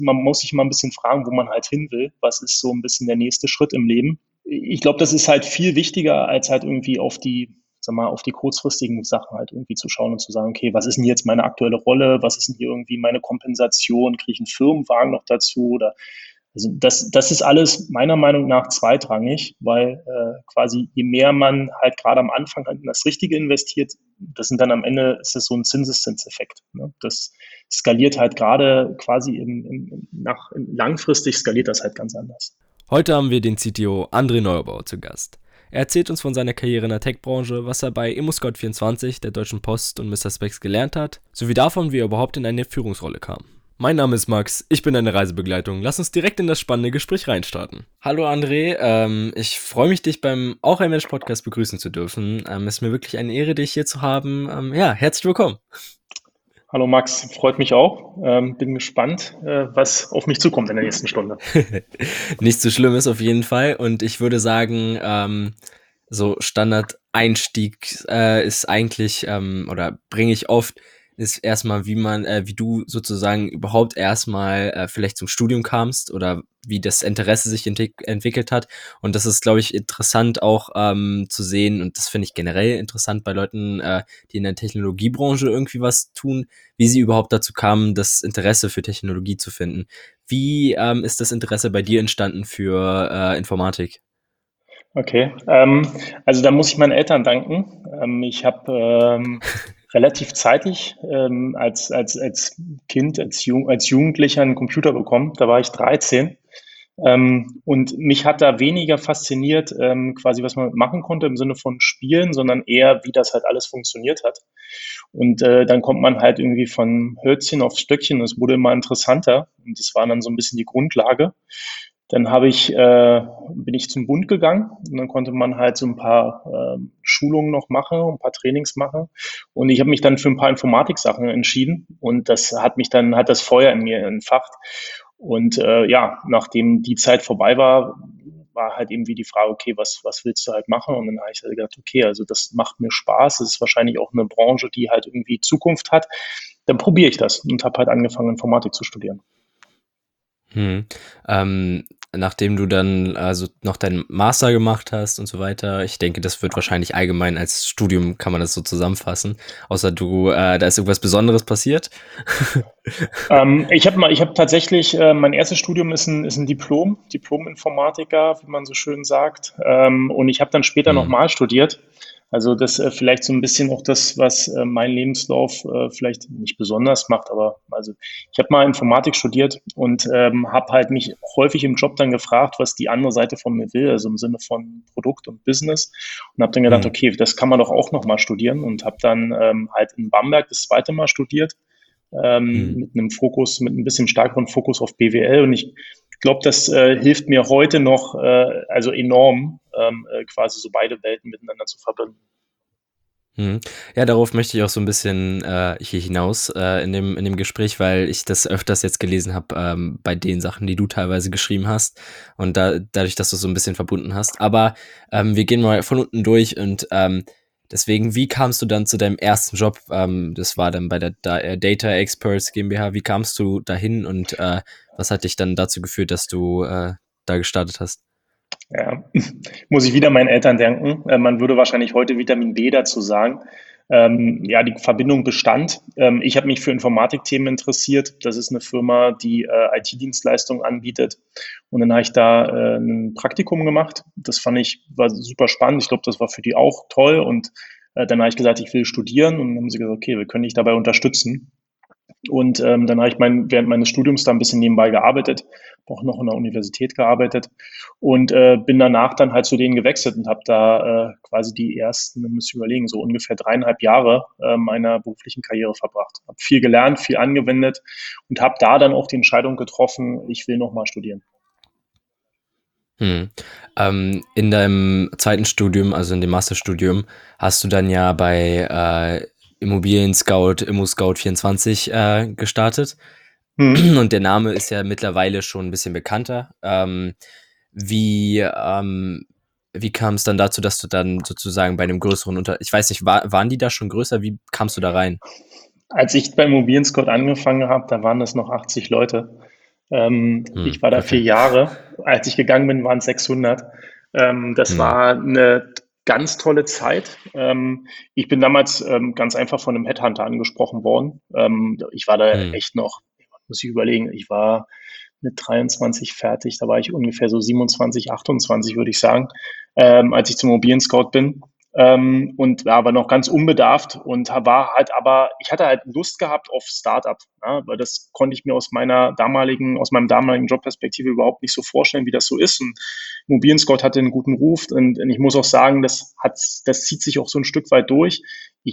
Man muss sich mal ein bisschen fragen, wo man halt hin will. Was ist so ein bisschen der nächste Schritt im Leben? Ich glaube, das ist halt viel wichtiger, als halt irgendwie auf die, sag mal, auf die kurzfristigen Sachen halt irgendwie zu schauen und zu sagen, okay, was ist denn jetzt meine aktuelle Rolle? Was ist denn hier irgendwie meine Kompensation? Kriege ich einen Firmenwagen noch dazu? Oder also das ist alles meiner Meinung nach zweitrangig, weil quasi je mehr man halt gerade am Anfang in das Richtige investiert, das sind dann am Ende, ist das so ein Zinseszinseffekt. Ne? Das skaliert halt gerade quasi langfristig skaliert das halt ganz anders. Heute haben wir den CTO André Neubauer zu Gast. Er erzählt uns von seiner Karriere in der Tech-Branche, was er bei ImmoScout24, der Deutschen Post und Mr. Specs gelernt hat, sowie davon, wie er überhaupt in eine Führungsrolle kam. Mein Name ist Max, ich bin deine Reisebegleitung. Lass uns direkt in das spannende Gespräch reinstarten. Hallo André, ich freue mich, dich beim Auch ein Mensch Podcast begrüßen zu dürfen. Es ist mir wirklich eine Ehre, dich hier zu haben. Ja, herzlich willkommen. Hallo Max, freut mich auch. Bin gespannt, was auf mich zukommt in der nächsten Stunde. Nichts so Schlimmes auf jeden Fall. Und ich würde sagen, so Standard-Einstieg ist eigentlich, oder bringe ich oft, ist erstmal, wie du sozusagen überhaupt erstmal vielleicht zum Studium kamst oder wie das Interesse sich entwickelt hat. Und das ist, glaube ich, interessant auch zu sehen, und das finde ich generell interessant bei Leuten, die in der Technologiebranche irgendwie was tun, wie sie überhaupt dazu kamen, das Interesse für Technologie zu finden. Wie ist das Interesse bei dir entstanden für Informatik? Okay, also da muss ich meinen Eltern danken. Ich habe relativ zeitig als Kind, als Jugendlicher einen Computer bekommen. Da war ich 13. Und mich hat da weniger fasziniert, quasi was man machen konnte im Sinne von Spielen, sondern eher, wie das halt alles funktioniert hat. Und dann kommt man halt irgendwie von Hölzchen auf Stöckchen. Das wurde immer interessanter. Und das war dann so ein bisschen die Grundlage. Dann bin ich zum Bund gegangen und dann konnte man halt so ein paar Schulungen noch machen, ein paar Trainings machen. Und ich habe mich dann für ein paar Informatik-Sachen entschieden und hat das Feuer in mir entfacht. Und ja, nachdem die Zeit vorbei war, war halt irgendwie die Frage, okay, was willst du halt machen? Und dann habe ich halt gedacht, okay, also das macht mir Spaß. Das ist wahrscheinlich auch eine Branche, die halt irgendwie Zukunft hat. Dann probiere ich das und habe halt angefangen, Informatik zu studieren. Hm. Nachdem du dann also noch deinen Master gemacht hast und so weiter, ich denke, das wird wahrscheinlich allgemein als Studium, kann man das so zusammenfassen, außer da ist irgendwas Besonderes passiert. Ich habe tatsächlich, mein erstes Studium ist ein Diplom-Informatiker, wie man so schön sagt. Und ich habe dann später Hm. nochmal studiert. Also das vielleicht so ein bisschen auch das, was mein Lebenslauf vielleicht nicht besonders macht, aber also ich habe mal Informatik studiert und habe halt mich häufig im Job dann gefragt, was die andere Seite von mir will, also im Sinne von Produkt und Business. Und habe dann gedacht, Hm. okay, das kann man doch auch nochmal studieren und habe dann halt in Bamberg das zweite Mal studiert Hm. mit ein bisschen stärkeren Fokus auf BWL. Und ich glaube, das hilft mir heute noch also enorm, quasi so beide Welten miteinander zu verbinden. Mhm. Ja, darauf möchte ich auch so ein bisschen hier hinaus in dem Gespräch, weil ich das öfters jetzt gelesen habe bei den Sachen, die du teilweise geschrieben hast und dadurch, dass du so ein bisschen verbunden hast. Aber wir gehen mal von unten durch und deswegen, wie kamst du dann zu deinem ersten Job? Das war dann bei der Data Experts GmbH. Wie kamst du dahin und was hat dich dann dazu geführt, dass du da gestartet hast? Ja, muss ich wieder meinen Eltern danken. Man würde wahrscheinlich heute Vitamin B dazu sagen. Ja, die Verbindung bestand. Ich habe mich für Informatikthemen interessiert. Das ist eine Firma, die IT-Dienstleistungen anbietet. Und dann habe ich da ein Praktikum gemacht. War super spannend. Ich glaube, das war für die auch toll. Und dann habe ich gesagt, ich will studieren. Und dann haben sie gesagt, okay, wir können dich dabei unterstützen. Und dann habe ich während meines Studiums da ein bisschen nebenbei gearbeitet, auch noch in der Universität gearbeitet und bin danach dann halt zu denen gewechselt und habe da quasi die ersten, müsst ihr überlegen, so ungefähr 3,5 Jahre meiner beruflichen Karriere verbracht. Habe viel gelernt, viel angewendet und habe da dann auch die Entscheidung getroffen, ich will nochmal studieren. Hm. In deinem zweiten Studium, also in dem Masterstudium, hast du dann ja bei Immobilien Scout, ImmoScout24 gestartet. Hm. Und der Name ist ja mittlerweile schon ein bisschen bekannter. Wie, wie kam es dann dazu, dass du dann sozusagen bei einem größeren ich weiß nicht, waren die da schon größer? Wie kamst du da rein? Als ich beim Immobilien Scout angefangen habe, da waren das noch 80 Leute. Ich war da Okay. 4 Jahre. Als ich gegangen bin, waren es 600. Das Hm, war eine ganz tolle Zeit. Ich bin damals ganz einfach von einem Headhunter angesprochen worden. Ich war da hm, echt noch, muss ich überlegen, ich war mit 23 fertig, da war ich ungefähr so 27, 28, würde ich sagen, als ich zum Immobilien-Scout bin. Und war aber noch ganz unbedarft und war halt aber, ich hatte halt Lust gehabt auf Startup, ja, weil das konnte ich mir aus meinem damaligen Jobperspektive überhaupt nicht so vorstellen, wie das so ist. Und Immobilien-Scout hatte einen guten Ruf und ich muss auch sagen, das zieht sich auch so ein Stück weit durch.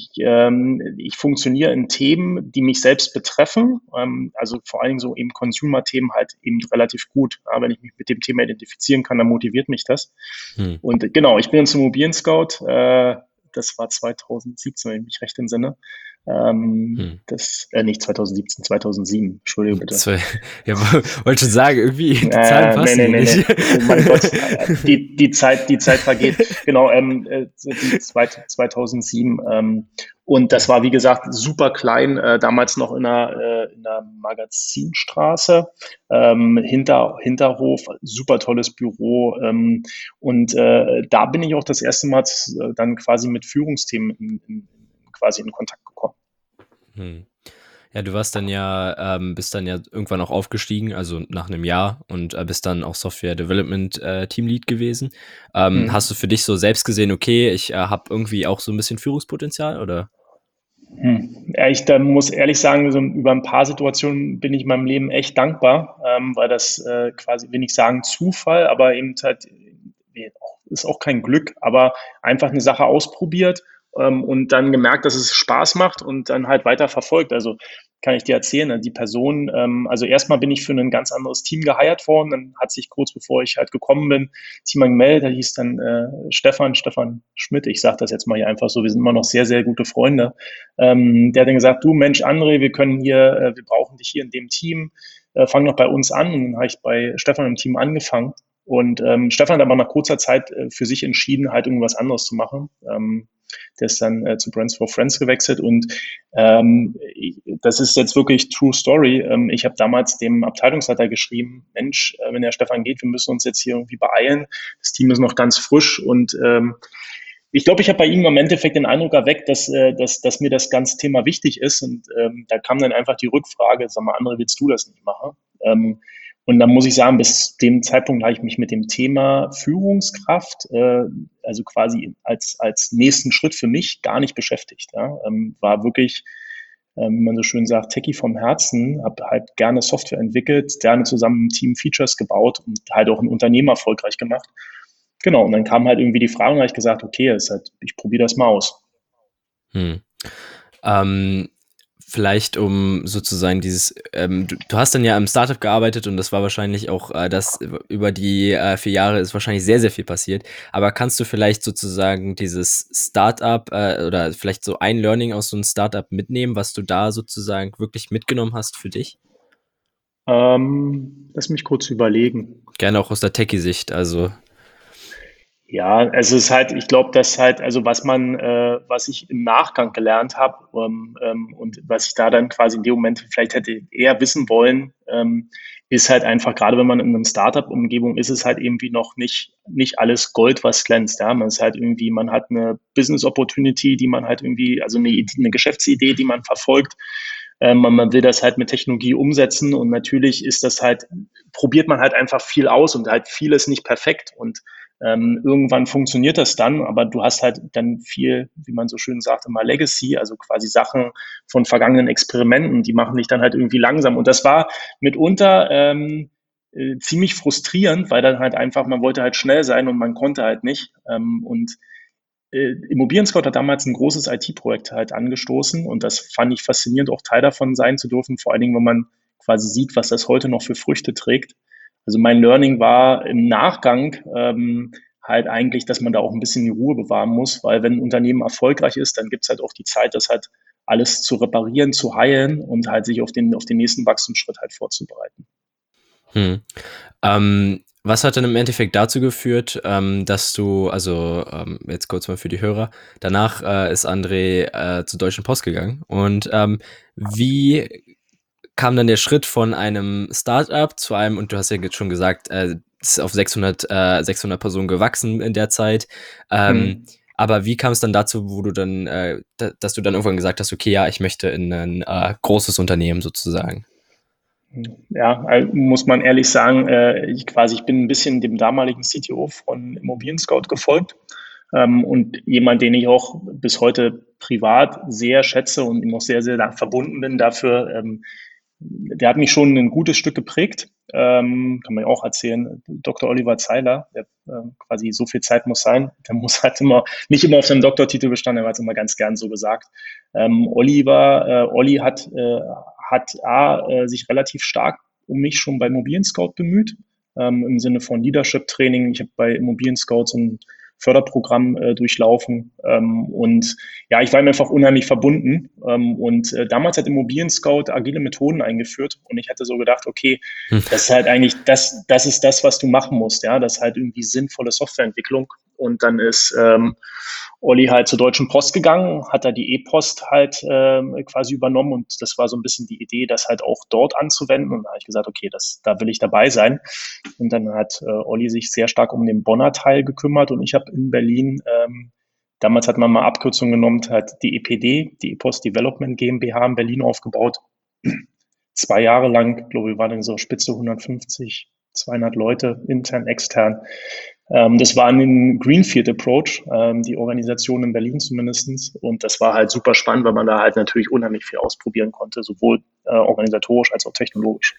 Ich funktioniere in Themen, die mich selbst betreffen, also vor allen Dingen so eben Consumer-Themen halt eben relativ gut. Ja, wenn ich mich mit dem Thema identifizieren kann, dann motiviert mich das. hm, Und genau, ich bin zum Immobilien-Scout. Das war 2017, wenn ich mich recht entsinne. hm. Nicht 2017, 2007. Entschuldige bitte. Zwei, ja, wollte schon sagen, irgendwie, die Zahlen Nee, passen nee, hier nee, nicht. nee. Oh mein Gott, die Zeit vergeht. Genau, die 2007. Und das Hm, war, wie gesagt, super klein, damals noch in einer Magazinstraße, Hinterhof, super tolles Büro. Und da bin ich auch das erste Mal dann quasi mit Führungsthemen quasi in Kontakt gekommen. hm. Ja, du warst dann ja, bist dann ja irgendwann auch aufgestiegen, also nach einem Jahr und bist dann auch Software Development Teamlead gewesen. Hast du Hm. für dich so selbst gesehen, okay, ich habe irgendwie auch so ein bisschen Führungspotenzial, oder? Ja, ich da muss ehrlich sagen, so über ein paar Situationen bin ich in meinem Leben echt dankbar, weil das quasi, will nicht sagen Zufall, aber eben halt ist auch kein Glück, aber einfach eine Sache ausprobiert und dann gemerkt, dass es Spaß macht und dann halt weiter verfolgt. Also kann ich dir erzählen, ne, die Person, also erstmal bin ich für ein ganz anderes Team geheiert worden, dann hat sich kurz bevor ich halt gekommen bin, jemand gemeldet, der hieß dann Stefan Schmidt, ich sage das jetzt mal hier einfach so, wir sind immer noch sehr, sehr gute Freunde. Der hat dann gesagt, du Mensch, André, wir brauchen dich hier in dem Team, fang doch bei uns an. Und dann habe ich bei Stefan im Team angefangen. Und Stefan hat aber nach kurzer Zeit für sich entschieden, halt irgendwas anderes zu machen. Der ist dann zu Brands for Friends gewechselt und das ist jetzt wirklich True Story. Ich habe damals dem Abteilungsleiter geschrieben, Mensch, wenn der Stefan geht, wir müssen uns jetzt hier irgendwie beeilen. Das Team ist noch ganz frisch und ich glaube, ich habe bei ihm im Endeffekt den Eindruck erweckt, dass mir das ganze Thema wichtig ist. Und da kam dann einfach die Rückfrage, sag mal, André, willst du das nicht machen? Und dann muss ich sagen, bis dem Zeitpunkt habe ich mich mit dem Thema Führungskraft, also quasi als nächsten Schritt für mich gar nicht beschäftigt. Ja? War wirklich, wie man so schön sagt, Techie vom Herzen, habe halt gerne Software entwickelt, gerne zusammen im Team Features gebaut und halt auch ein Unternehmen erfolgreich gemacht. Genau, und dann kam halt irgendwie die Frage und habe ich gesagt, okay, ist halt, ich probiere das mal aus. Hm. Ähm, Vielleicht um sozusagen dieses, du hast dann ja im Startup gearbeitet und das war wahrscheinlich auch, das über die 4 Jahre ist wahrscheinlich sehr, sehr viel passiert. Aber kannst du vielleicht sozusagen dieses Startup oder vielleicht so ein Learning aus so einem Startup mitnehmen, was du da sozusagen wirklich mitgenommen hast für dich? Lass mich kurz überlegen. Gerne auch aus der Techie-Sicht, also. Ja, also es ist halt, ich glaube, dass halt, also was ich im Nachgang gelernt habe und was ich da dann quasi in dem Moment vielleicht hätte eher wissen wollen, ist halt einfach, gerade wenn man in einem Startup-Umgebung ist, es halt irgendwie noch nicht alles Gold, was glänzt. Ja, man ist halt irgendwie, man hat eine Business Opportunity, die man halt irgendwie, also eine Geschäftsidee, die man verfolgt. Man will das halt mit Technologie umsetzen und natürlich ist das halt, probiert man halt einfach viel aus und halt vieles nicht perfekt und irgendwann funktioniert das dann, aber du hast halt dann viel, wie man so schön sagt, immer Legacy, also quasi Sachen von vergangenen Experimenten, die machen dich dann halt irgendwie langsam. Und das war mitunter ziemlich frustrierend, weil dann halt einfach, man wollte halt schnell sein und man konnte halt nicht. Und Immobilien Scout hat damals ein großes IT-Projekt halt angestoßen und das fand ich faszinierend, auch Teil davon sein zu dürfen, vor allen Dingen, wenn man quasi sieht, was das heute noch für Früchte trägt. Also mein Learning war im Nachgang halt eigentlich, dass man da auch ein bisschen die Ruhe bewahren muss, weil wenn ein Unternehmen erfolgreich ist, dann gibt es halt auch die Zeit, das halt alles zu reparieren, zu heilen und halt sich auf den nächsten Wachstumsschritt halt vorzubereiten. Hm. Was hat dann im Endeffekt dazu geführt, dass du, also jetzt kurz mal für die Hörer, danach ist André zur Deutschen Post gegangen. Und wie kam dann der Schritt von einem Startup zu einem, und du hast ja jetzt schon gesagt, es ist auf 600 Personen gewachsen in der Zeit. Hm. Aber wie kam es dann dazu, wo du dann, dass du dann irgendwann gesagt hast, okay, ja, ich möchte in ein großes Unternehmen sozusagen? Ja, muss man ehrlich sagen, ich bin ein bisschen dem damaligen CTO von Immobilien Scout gefolgt. Und jemand, den ich auch bis heute privat sehr schätze und ihm auch sehr, sehr verbunden bin dafür, der hat mich schon ein gutes Stück geprägt. Kann man ja auch erzählen. Dr. Oliver Zeiler, der quasi so viel Zeit muss sein, der muss halt immer, nicht immer auf seinem Doktortitel bestanden, er hat es immer ganz gern so gesagt. Olli hat sich relativ stark um mich schon bei Immobilien Scout bemüht, im Sinne von Leadership Training. Ich habe bei Immobilien Scout so ein Förderprogramm durchlaufen. Und ja, ich war ihm einfach unheimlich verbunden. Damals hat Immobilien Scout agile Methoden eingeführt und ich hatte so gedacht, okay, Hm. das ist halt eigentlich das ist das, was du machen musst, ja, das ist halt irgendwie sinnvolle Softwareentwicklung. Und dann ist Olli halt zur Deutschen Post gegangen, hat da die E-Post halt quasi übernommen und das war so ein bisschen die Idee, das halt auch dort anzuwenden. Und da habe ich gesagt, okay, da will ich dabei sein. Und dann hat Olli sich sehr stark um den Bonner Teil gekümmert und ich habe in Berlin, damals hat man mal Abkürzung genommen, hat die EPD, die E-Post Development GmbH in Berlin aufgebaut. 2 Jahre lang, glaube ich, waren dann so Spitze 150, 200 Leute, intern, extern. Das war ein Greenfield Approach, die Organisation in Berlin zumindestens. Und das war halt super spannend, weil man da halt natürlich unheimlich viel ausprobieren konnte, sowohl organisatorisch als auch technologisch.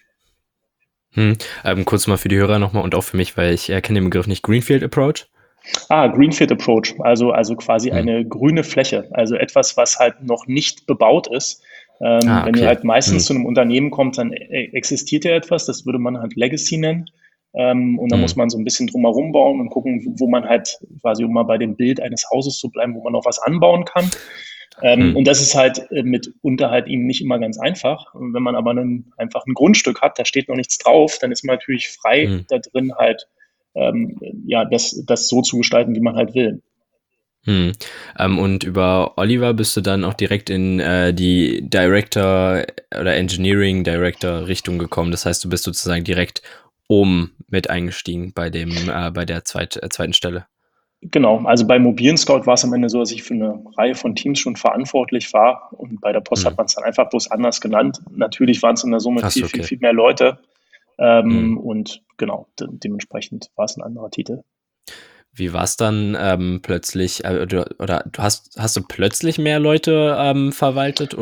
Kurz mal für die Hörer nochmal und auch für mich, weil ich kenne den Begriff nicht. Greenfield Approach? Greenfield Approach, also quasi Hm. eine grüne Fläche, also etwas, was halt noch nicht bebaut ist. Wenn du Okay. halt meistens zu einem Unternehmen kommst, dann existiert ja etwas, das würde man halt Legacy nennen. Und dann muss Hm. man so ein bisschen drumherum bauen und gucken, wo man halt quasi, um mal bei dem Bild eines Hauses zu bleiben, wo man noch was anbauen kann. Hm. Und das ist halt mitunter halt eben nicht immer ganz einfach. Und wenn man aber einfach ein Grundstück hat, da steht noch nichts drauf, dann ist man natürlich frei Hm. da drin halt, ja, das so zu gestalten, wie man halt will. Hm. Und über Oliver bist du dann auch direkt in die Director oder Engineering Director Richtung gekommen. Das heißt, du bist sozusagen direkt oben mit eingestiegen bei der zweiten Stelle. Genau, also bei Mobilen Scout war es am Ende so, dass ich für eine Reihe von Teams schon verantwortlich war und bei der Post Hm. hat man es dann einfach bloß anders genannt. Natürlich waren es in der Summe Ach viel, so, viel, okay. viel mehr Leute Hm. und genau, dementsprechend war es ein anderer Titel. Wie war es dann plötzlich, hast du plötzlich mehr Leute verwaltet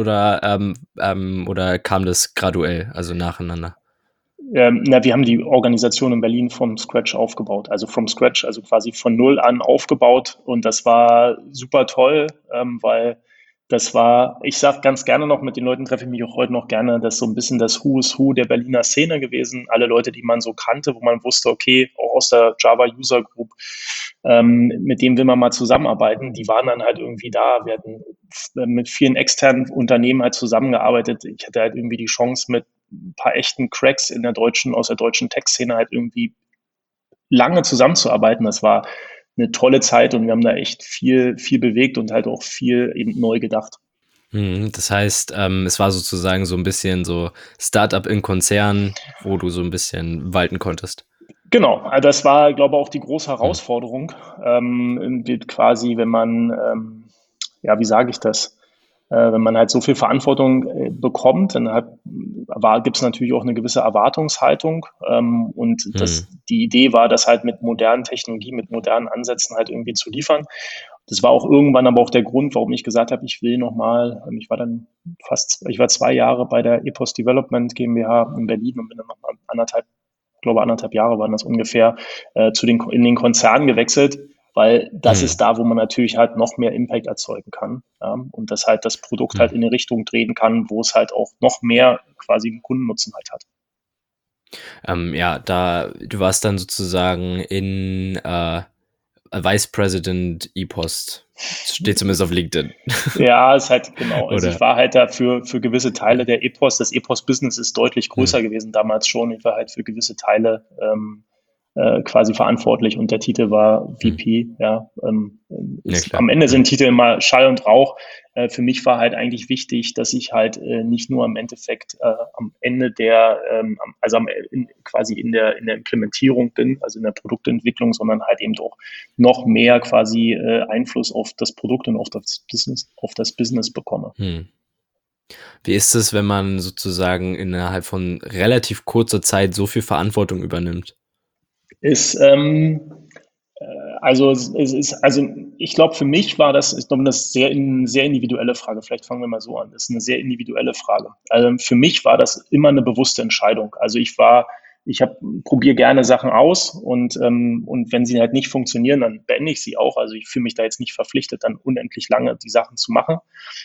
oder kam das graduell, also nacheinander? Wir haben die Organisation in Berlin vom Scratch aufgebaut, also from Scratch, also quasi von Null an aufgebaut. Und das war super toll, weil das war, ich sage ganz gerne noch, mit den Leuten treffe ich mich auch heute noch gerne, das ist so ein bisschen das Who is Who der Berliner Szene gewesen. Alle Leute, die man so kannte, wo man wusste, okay, auch aus der Java User Group, mit denen will man mal zusammenarbeiten, die waren dann halt irgendwie da. Wir hatten mit vielen externen Unternehmen halt zusammengearbeitet. Ich hatte halt irgendwie die Chance, mit ein paar echten Cracks aus der deutschen Tech-Szene halt irgendwie lange zusammenzuarbeiten. Das war eine tolle Zeit und wir haben da echt viel, viel bewegt und halt auch viel eben neu gedacht. Das heißt, es war sozusagen so ein bisschen so Startup in Konzern, wo du so ein bisschen walten konntest. Genau, also das war, glaube ich, auch die große Hm. Herausforderung, quasi, wenn man, ja, wie sage ich das? Wenn man halt so viel Verantwortung bekommt, gibt es natürlich auch eine gewisse Erwartungshaltung. Hm. Die Idee war, das halt mit modernen Technologien, mit modernen Ansätzen halt irgendwie zu liefern. Das war auch irgendwann aber auch der Grund, warum ich gesagt habe, ich will nochmal, ich war 2 Jahre bei der Epos Development GmbH in Berlin und bin dann nochmal anderthalb Jahre waren das ungefähr, in den Konzern gewechselt, weil das Hm. ist da, wo man natürlich halt noch mehr Impact erzeugen kann, ja, und das halt das Produkt Hm. halt in eine Richtung drehen kann, wo es halt auch noch mehr quasi einen Kundennutzen halt hat. Ja, du warst dann sozusagen in Vice President E-Post. Steht zumindest auf LinkedIn. Ja, ist halt genau. Also ich Oder? war halt da für gewisse Teile der EPOS. Das EPOS-Business ist deutlich Hm. größer gewesen damals schon. Ich war halt für gewisse Teile quasi verantwortlich und der Titel war Hm. VP. Ja, Ja, ist, klar. am Ende Hm. sind Titel immer Schall und Rauch. Für mich war halt eigentlich wichtig, dass ich halt nicht nur im Endeffekt am Ende also quasi in der Implementierung bin, also in der Produktentwicklung, sondern halt eben auch noch mehr quasi Einfluss auf das Produkt und auf das Business bekomme. Hm. Wie ist es, wenn man sozusagen innerhalb von relativ kurzer Zeit so viel Verantwortung übernimmt? Ist, es ist, also ich glaube, für mich war das, ich glaube, das ist sehr individuelle Frage. Vielleicht fangen wir mal so an. Das ist eine sehr individuelle Frage. Also für mich war das immer eine bewusste Entscheidung. Ich probiere gerne Sachen aus und wenn sie halt nicht funktionieren, dann beende ich sie auch. Also ich fühle mich da jetzt nicht verpflichtet, dann unendlich lange die Sachen zu machen.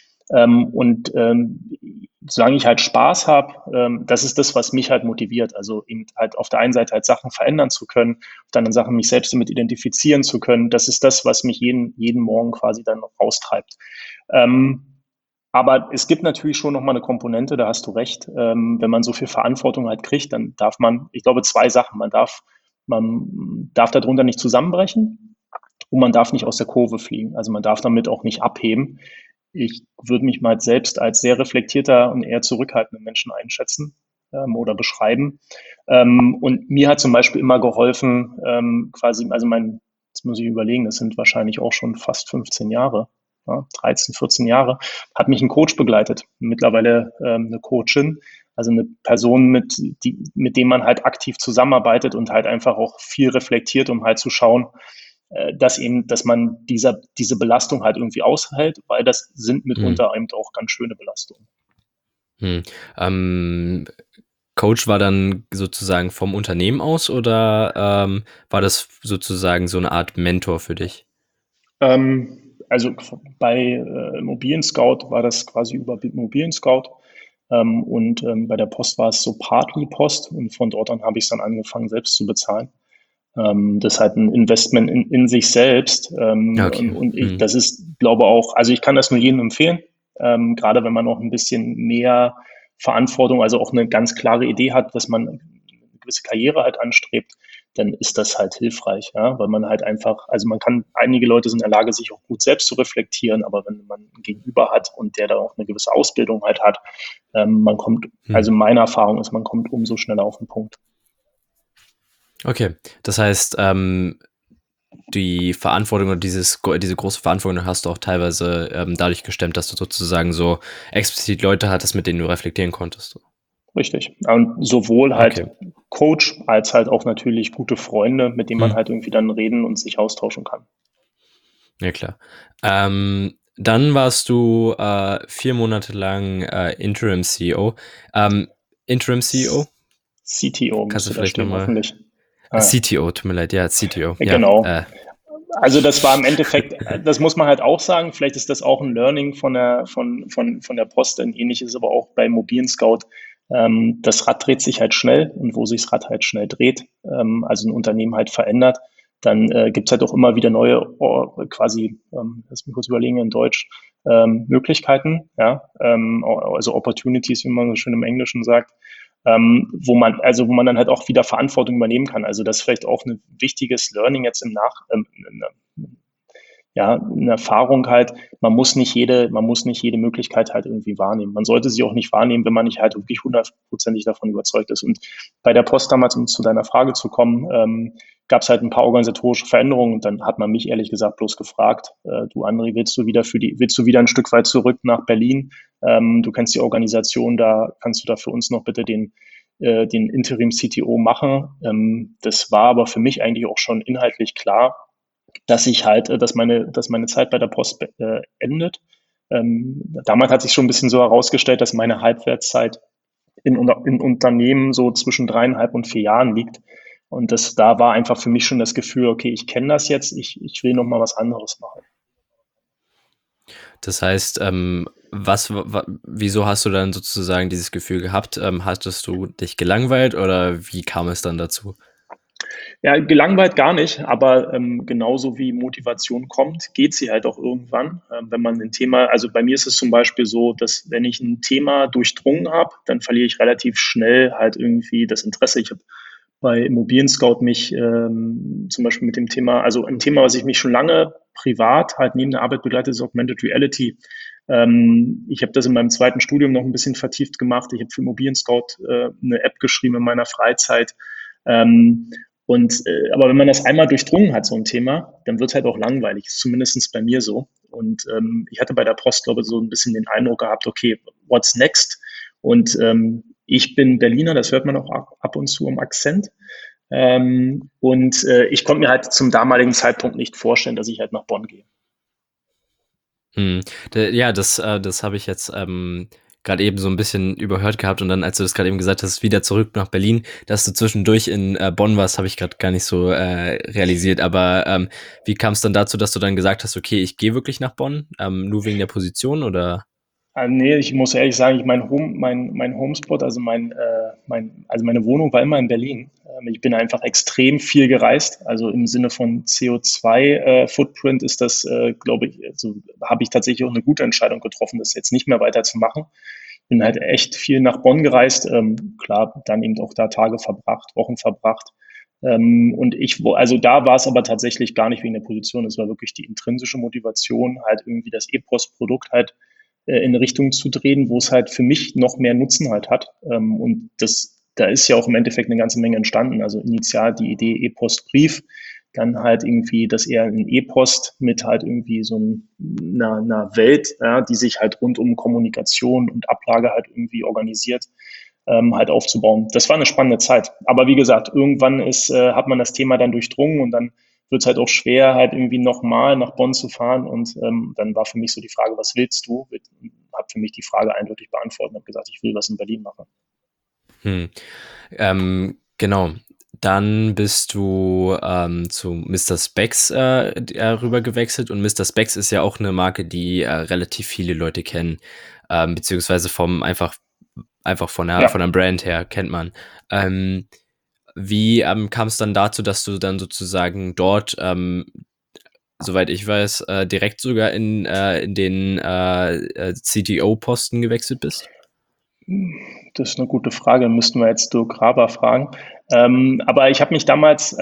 Solange ich halt Spaß habe, das ist das, was mich halt motiviert. Also eben halt auf der einen Seite halt Sachen verändern zu können, auf der anderen Seite mich selbst damit identifizieren zu können. Das ist das, was mich jeden Morgen quasi dann raustreibt. Ähm, aber es gibt natürlich schon nochmal eine Komponente, da hast du recht. Wenn man so viel Verantwortung halt kriegt, dann darf man, ich glaube, zwei Sachen. Man darf darunter nicht zusammenbrechen und man darf nicht aus der Kurve fliegen. Also man darf damit auch nicht abheben. Ich würde mich mal selbst als sehr reflektierter und eher zurückhaltenden Menschen einschätzen oder beschreiben. Und mir hat zum Beispiel immer geholfen, jetzt muss ich überlegen, das sind wahrscheinlich auch schon fast 15 Jahre, ja, 13, 14 Jahre, hat mich ein Coach begleitet, mittlerweile eine Coachin, also eine Person, mit dem man halt aktiv zusammenarbeitet und halt einfach auch viel reflektiert, um halt zu schauen, dass man diese Belastung halt irgendwie aushält, weil das sind Hm. mitunter eben auch ganz schöne Belastungen. Hm. Coach war dann sozusagen vom Unternehmen aus oder war das sozusagen so eine Art Mentor für dich? Also bei Immobilien Scout war das quasi über Immobilien Scout bei der Post war es so partly Post und von dort an habe ich es dann angefangen selbst zu bezahlen. Das ist halt ein Investment in sich selbst. Ja, okay. Hm. Das ist, glaube auch, also ich kann das nur jedem empfehlen, gerade wenn man auch ein bisschen mehr Verantwortung, also auch eine ganz klare Idee hat, dass man eine gewisse Karriere halt anstrebt, dann ist das halt hilfreich, ja, weil man halt einfach, also einige Leute sind in der Lage, sich auch gut selbst zu reflektieren, aber wenn man einen Gegenüber hat und der da auch eine gewisse Ausbildung halt hat, Hm. also meine Erfahrung ist, man kommt umso schneller auf den Punkt. Okay, das heißt, die Verantwortung oder diese große Verantwortung hast du auch teilweise dadurch gestemmt, dass du sozusagen so explizit Leute hattest, mit denen du reflektieren konntest. Richtig. Und sowohl Okay. halt Coach als halt auch natürlich gute Freunde, mit denen man Hm. halt irgendwie dann reden und sich austauschen kann. Ja, klar. Dann warst du 4 Monate lang Interim CEO. Interim CEO? CTO Kannst du müsste da vielleicht stehen, nochmal. hoffentlich. Ah, CTO, tut mir leid, ja, CTO, ja. genau. Also das war im Endeffekt, das muss man halt auch sagen, vielleicht ist das auch ein Learning von der Post, ein ähnliches aber auch bei Mobilen Scout. Das Rad dreht sich halt schnell und wo sich das Rad halt schnell dreht, also ein Unternehmen halt verändert, dann gibt es halt auch immer wieder neue, lass mich kurz überlegen in Deutsch, Möglichkeiten, ja, also Opportunities, wie man so schön im Englischen sagt, wo man dann halt auch wieder Verantwortung übernehmen kann. Also das ist vielleicht auch ein wichtiges Learning jetzt ja, eine Erfahrung halt, man muss nicht jede Möglichkeit halt irgendwie wahrnehmen. Man sollte sie auch nicht wahrnehmen, wenn man nicht halt wirklich hundertprozentig davon überzeugt ist. Und bei der Post damals, um zu deiner Frage zu kommen, gab es halt ein paar organisatorische Veränderungen und dann hat man mich ehrlich gesagt bloß gefragt, du André, willst du wieder ein Stück weit zurück nach Berlin? Du kennst die Organisation, da kannst du da für uns noch bitte den Interim-CTO machen. Das war aber für mich eigentlich auch schon inhaltlich klar, dass meine Zeit bei der Post endet. Damals hat sich schon ein bisschen so herausgestellt, dass meine Halbwertszeit in Unternehmen so zwischen 3,5 und 4 Jahren liegt. Und da war einfach für mich schon das Gefühl, okay, ich kenne das jetzt, ich will noch mal was anderes machen. Das heißt, wieso hast du dann sozusagen dieses Gefühl gehabt? Hattest du dich gelangweilt oder wie kam es dann dazu? Ja, gelangweilt gar nicht, aber genauso wie Motivation kommt, geht sie halt auch irgendwann. Wenn man ein Thema, also bei mir ist es zum Beispiel so, dass wenn ich ein Thema durchdrungen habe, dann verliere ich relativ schnell halt irgendwie das Interesse. Ich habe bei Immobilien Scout mich zum Beispiel mit dem Thema, also ein Thema, was ich mich schon lange privat halt neben der Arbeit begleitet, ist Augmented Reality. Ich habe das in meinem zweiten Studium noch ein bisschen vertieft gemacht. Ich habe für Immobilien Scout eine App geschrieben in meiner Freizeit. Ähm, aber wenn man das einmal durchdrungen hat, so ein Thema, dann wird es halt auch langweilig. Ist zumindest bei mir so. Und ich hatte bei der Post, glaube ich, so ein bisschen den Eindruck gehabt, okay, what's next? Und ich bin Berliner, das hört man auch ab und zu im Akzent. Ich konnte mir halt zum damaligen Zeitpunkt nicht vorstellen, dass ich halt nach Bonn gehe. Mhm. Ja, das habe ich jetzt gerade eben so ein bisschen überhört gehabt und dann, als du das gerade eben gesagt hast, wieder zurück nach Berlin, dass du zwischendurch in Bonn warst, habe ich gerade gar nicht so realisiert. Aber wie kam es dann dazu, dass du dann gesagt hast, okay, ich gehe wirklich nach Bonn, nur wegen der Position oder? Nee, ich muss ehrlich sagen, mein Homespot, also also meine Wohnung war immer in Berlin. Ich bin einfach extrem viel gereist. Also im Sinne von CO2 Footprint ist das, glaube ich, also habe ich tatsächlich auch eine gute Entscheidung getroffen, das jetzt nicht mehr weiterzumachen. Bin halt echt viel nach Bonn gereist, klar, dann eben auch da Tage verbracht, Wochen verbracht. Also da war es aber tatsächlich gar nicht wegen der Position, es war wirklich die intrinsische Motivation, halt irgendwie das E-Post-Produkt halt in eine Richtung zu drehen, wo es halt für mich noch mehr Nutzen halt hat. Da ist ja auch im Endeffekt eine ganze Menge entstanden. Also initial die Idee E-Post-Brief, dann halt irgendwie das eher ein E-Post mit halt irgendwie einer Welt, ja, die sich halt rund um Kommunikation und Ablage halt irgendwie organisiert, halt aufzubauen. Das war eine spannende Zeit. Aber wie gesagt, hat man das Thema dann durchdrungen und dann wird es halt auch schwer, halt irgendwie nochmal nach Bonn zu fahren. Und dann war für mich so die Frage, was willst du? Habe für mich die Frage eindeutig beantwortet und habe gesagt, ich will was in Berlin machen. Hm. Genau. Dann bist du zu Mr. Spex rüber gewechselt und Mr. Spex ist ja auch eine Marke, die relativ viele Leute kennen, beziehungsweise einfach von Ja, der Brand her kennt man. Ähm, Wie kam es dann dazu, dass du dann sozusagen dort, soweit ich weiß, direkt sogar in den CTO-Posten gewechselt bist? das ist eine gute Frage. Müssten wir jetzt Dirk Graber fragen. Aber ich habe mich damals,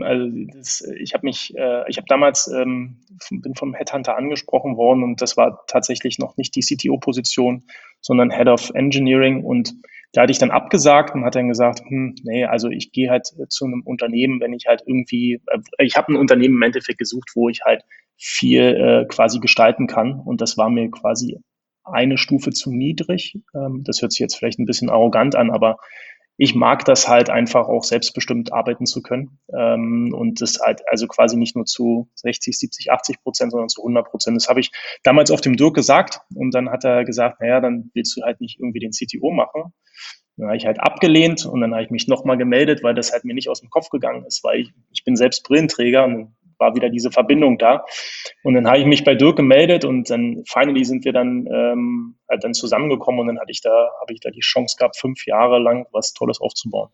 ich habe damals, bin vom Headhunter angesprochen worden und das war tatsächlich noch nicht die CTO-Position, sondern Head of Engineering und da hatte ich dann abgesagt und hat dann gesagt, nee, also ich gehe halt zu einem Unternehmen, wenn ich halt irgendwie, ich habe ein Unternehmen im Endeffekt gesucht, wo ich halt viel quasi gestalten kann und das war mir quasi eine Stufe zu niedrig. Das hört sich jetzt vielleicht ein bisschen arrogant an, aber ich mag das halt einfach auch selbstbestimmt arbeiten zu können. Und das halt also quasi nicht nur zu 60, 70, 80%, sondern zu 100%. Das habe ich damals auf dem Dirk gesagt und dann hat er gesagt, naja, dann willst du halt nicht irgendwie den CTO machen. Dann habe ich halt abgelehnt und dann habe ich mich nochmal gemeldet, weil das halt mir nicht aus dem Kopf gegangen ist, weil ich bin selbst Brillenträger und dann war wieder diese Verbindung da. Und dann habe ich mich bei Dirk gemeldet und dann finally sind wir dann halt dann zusammengekommen und dann habe ich da die Chance gehabt, 5 Jahre lang was Tolles aufzubauen.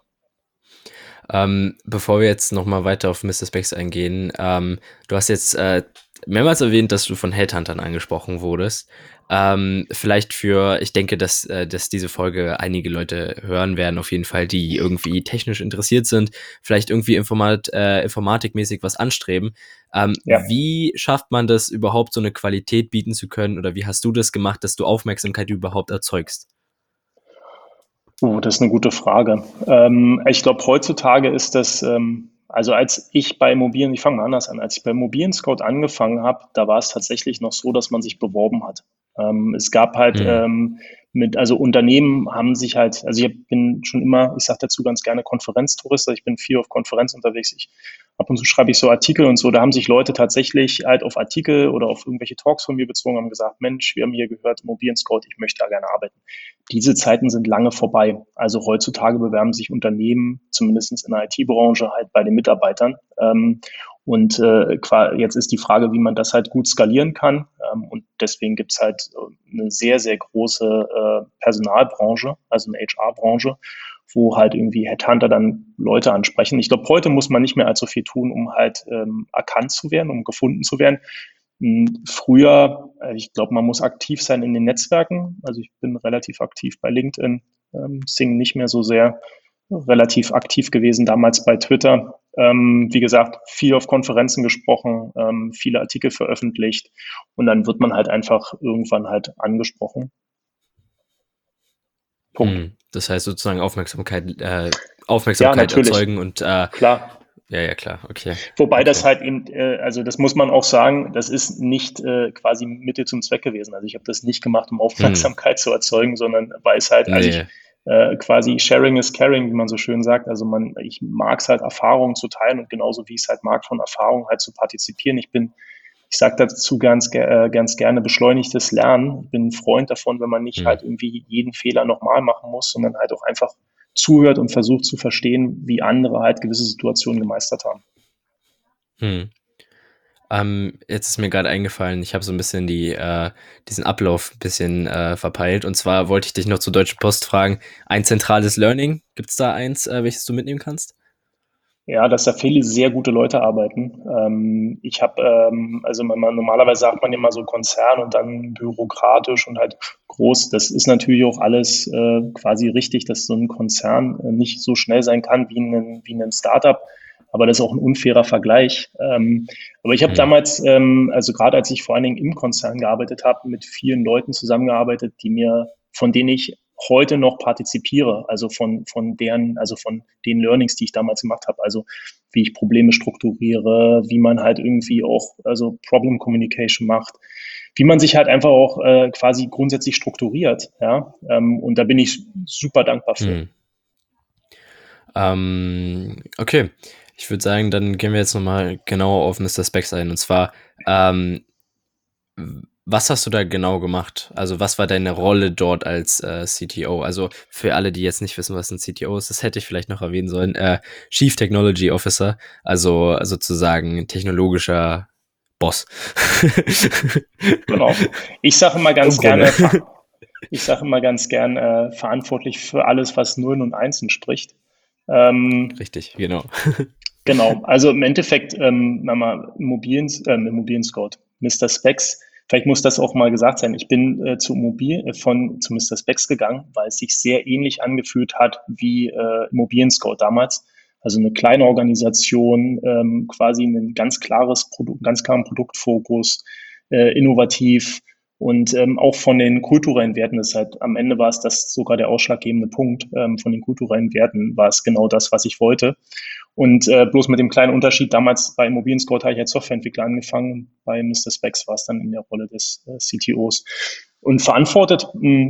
Bevor wir jetzt nochmal weiter auf Mr. Specs eingehen, du hast jetzt mehrmals erwähnt, dass du von Headhuntern angesprochen wurdest. Ich denke, dass diese Folge einige Leute hören werden, auf jeden Fall, die irgendwie technisch interessiert sind, vielleicht irgendwie informatikmäßig was anstreben. Ja. Wie schafft man das überhaupt, so eine Qualität bieten zu können? Oder wie hast du das gemacht, dass du Aufmerksamkeit überhaupt erzeugst? Das ist eine gute Frage. Ich glaube, heutzutage ist das, also ich fange mal anders an, als ich bei Immobilien Scout angefangen habe, da war es tatsächlich noch so, dass man sich beworben hat. Es gab halt Hm. also Unternehmen haben sich halt, also bin schon immer, ich sage dazu ganz gerne Konferenztourist, also ich bin viel auf Konferenz unterwegs. Ab und zu schreibe ich so Artikel und so, da haben sich Leute tatsächlich halt auf Artikel oder auf irgendwelche Talks von mir bezogen, haben gesagt, Mensch, wir haben hier gehört, Immobilien Scout, ich möchte da gerne arbeiten. Diese Zeiten sind lange vorbei. Also heutzutage bewerben sich Unternehmen, zumindest in der IT-Branche, halt bei den Mitarbeitern. Jetzt ist die Frage, wie man das halt gut skalieren kann. Und deswegen gibt's halt eine sehr, sehr große Personalbranche, also eine HR-Branche, wo halt irgendwie Headhunter dann Leute ansprechen. Ich glaube, heute muss man nicht mehr allzu viel tun, um halt erkannt zu werden, um gefunden zu werden. Früher, ich glaube, man muss aktiv sein in den Netzwerken. Also ich bin relativ aktiv bei LinkedIn, Xing nicht mehr so sehr. relativ aktiv gewesen damals bei Twitter. Wie gesagt, viel auf Konferenzen gesprochen, viele Artikel veröffentlicht und dann wird man halt einfach irgendwann halt angesprochen. Punkt. Das heißt sozusagen Ja, Aufmerksamkeit natürlich, erzeugen und klar. ja, ja, klar, okay. Wobei das Okay. halt eben, also das muss man auch sagen, das ist nicht quasi Mittel zum Zweck gewesen. Also ich habe das nicht gemacht, um Hm. Aufmerksamkeit zu erzeugen, sondern weil es halt, also ich Nee. quasi Sharing is Caring, wie man so schön sagt. Also ich mag es halt, Erfahrungen zu teilen und genauso wie ich es halt mag, von Erfahrungen halt zu partizipieren. Ich sage dazu ganz gerne beschleunigtes Lernen. Ich bin ein Freund davon, wenn man nicht Hm. halt irgendwie jeden Fehler nochmal machen muss, sondern halt auch einfach zuhört und versucht zu verstehen, wie andere halt gewisse Situationen gemeistert haben. Hm. Jetzt ist mir gerade eingefallen, ich habe so ein bisschen diesen Ablauf ein bisschen verpeilt. Und zwar wollte ich dich noch zur Deutschen Post fragen, ein zentrales Learning, gibt es da eins, welches du mitnehmen kannst? Ja, dass da viele sehr gute Leute arbeiten. Ich habe, also normalerweise sagt man immer so Konzern und dann bürokratisch und halt groß. Das ist natürlich auch alles quasi richtig, dass so ein Konzern nicht so schnell sein kann wie ein Startup. Aber das ist auch ein unfairer Vergleich. Aber ich habe Hm. damals, also gerade als ich vor allen Dingen im Konzern gearbeitet habe, mit vielen Leuten zusammengearbeitet, von denen ich heute noch partizipiere, also also von den Learnings, die ich damals gemacht habe, also wie ich Probleme strukturiere, wie man halt irgendwie auch, also Problem Communication macht, wie man sich halt einfach auch quasi grundsätzlich strukturiert, ja, und da bin ich super dankbar für. Hm. Okay, ich würde sagen, dann gehen wir jetzt nochmal genauer auf Mr. Specs ein. Und zwar, was hast du da genau gemacht? Also was war deine Rolle dort als CTO? Also für alle, die jetzt nicht wissen, was ein CTO ist, das hätte ich vielleicht noch erwähnen sollen. Chief Technology Officer, also sozusagen technologischer Boss. Genau. Ich sage immer Im ganz Grunde. gerne, ich sage immer ganz gern verantwortlich für alles, was Nullen und Einsen spricht. Ähm, Richtig, genau. Genau, also im Endeffekt, Immobilien Scout, Mr. Specs, vielleicht muss das auch mal gesagt sein. Ich bin zu Mr. Specs gegangen, weil es sich sehr ähnlich angefühlt hat wie Immobilien Scout damals. Also eine kleine Organisation, quasi ein ganz klares Produkt, ganz klaren Produktfokus, innovativ und auch von den kulturellen Werten ist halt, am Ende war es das sogar der ausschlaggebende Punkt, von den kulturellen Werten war es genau das, was ich wollte. Und bloß mit dem kleinen Unterschied, damals bei Immobilien Scout habe ich als Softwareentwickler angefangen, bei Mr. Specs war es dann in der Rolle des CTOs. Und verantwortet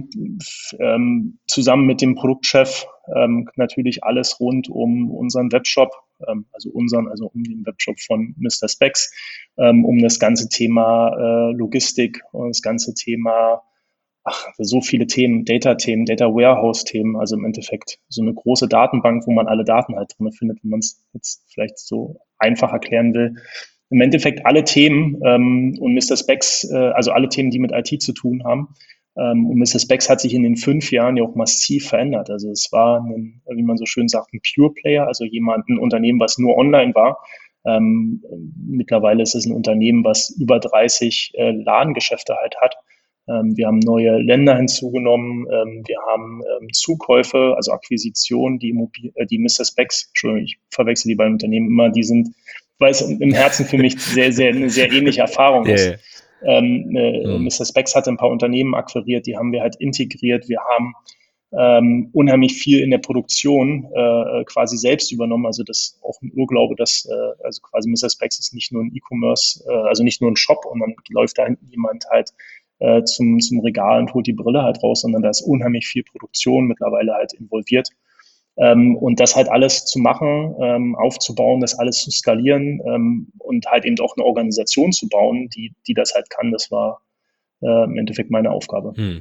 zusammen mit dem Produktchef natürlich alles rund um unseren Webshop, also um den Webshop von Mr. Specs, um das ganze Thema Logistik und das ganze Thema so viele Themen, Data Warehouse-Themen, also im Endeffekt so eine große Datenbank, wo man alle Daten halt drin findet, wenn man es jetzt vielleicht so einfach erklären will. Im Endeffekt alle Themen und Mr. Specs, also alle Themen, die mit IT zu tun haben. Und Mr. Specs hat sich in den 5 Jahren ja auch massiv verändert. Also es war, wie man so schön sagt, ein Pure Player, also ein Unternehmen, was nur online war. Mittlerweile ist es ein Unternehmen, was über 30 Ladengeschäfte halt hat. Wir haben neue Länder hinzugenommen. Wir haben Zukäufe, also Akquisitionen, die Mr. Specs, Entschuldigung, ich verwechsel die beiden Unternehmen immer, die sind, weil es im Herzen für mich eine sehr ähnliche Erfahrung Yeah. ist. Hm. Mr. Specs hat ein paar Unternehmen akquiriert, die haben wir halt integriert. Wir haben unheimlich viel in der Produktion quasi selbst übernommen. Also das ist auch ein Urglaube, dass also quasi Mr. Specs ist nicht nur ein E-Commerce, also nicht nur ein Shop und dann läuft da hinten jemand halt zum Regal und holt die Brille halt raus, sondern da ist unheimlich viel Produktion mittlerweile halt involviert. Und das halt alles zu machen, aufzubauen, das alles zu skalieren und halt eben auch eine Organisation zu bauen, die das halt kann, das war im Endeffekt meine Aufgabe. Hm.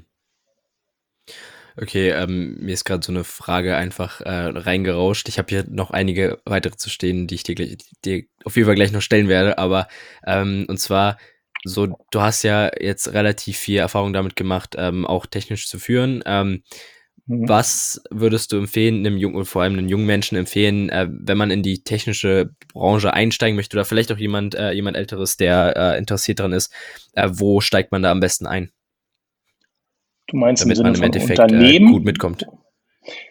Okay, mir ist gerade so eine Frage einfach reingerauscht. Ich habe hier noch einige weitere zu stehen, die ich dir auf jeden Fall gleich noch stellen werde. Aber und zwar so, du hast ja jetzt relativ viel Erfahrung damit gemacht, auch technisch zu führen. Mhm. Was würdest du empfehlen, vor allem einem jungen Menschen empfehlen, wenn man in die technische Branche einsteigen möchte oder vielleicht auch jemand Älteres, der interessiert dran ist, wo steigt man da am besten ein, Du meinst im damit man Sinne im von Endeffekt gut Unternehmen? mitkommt?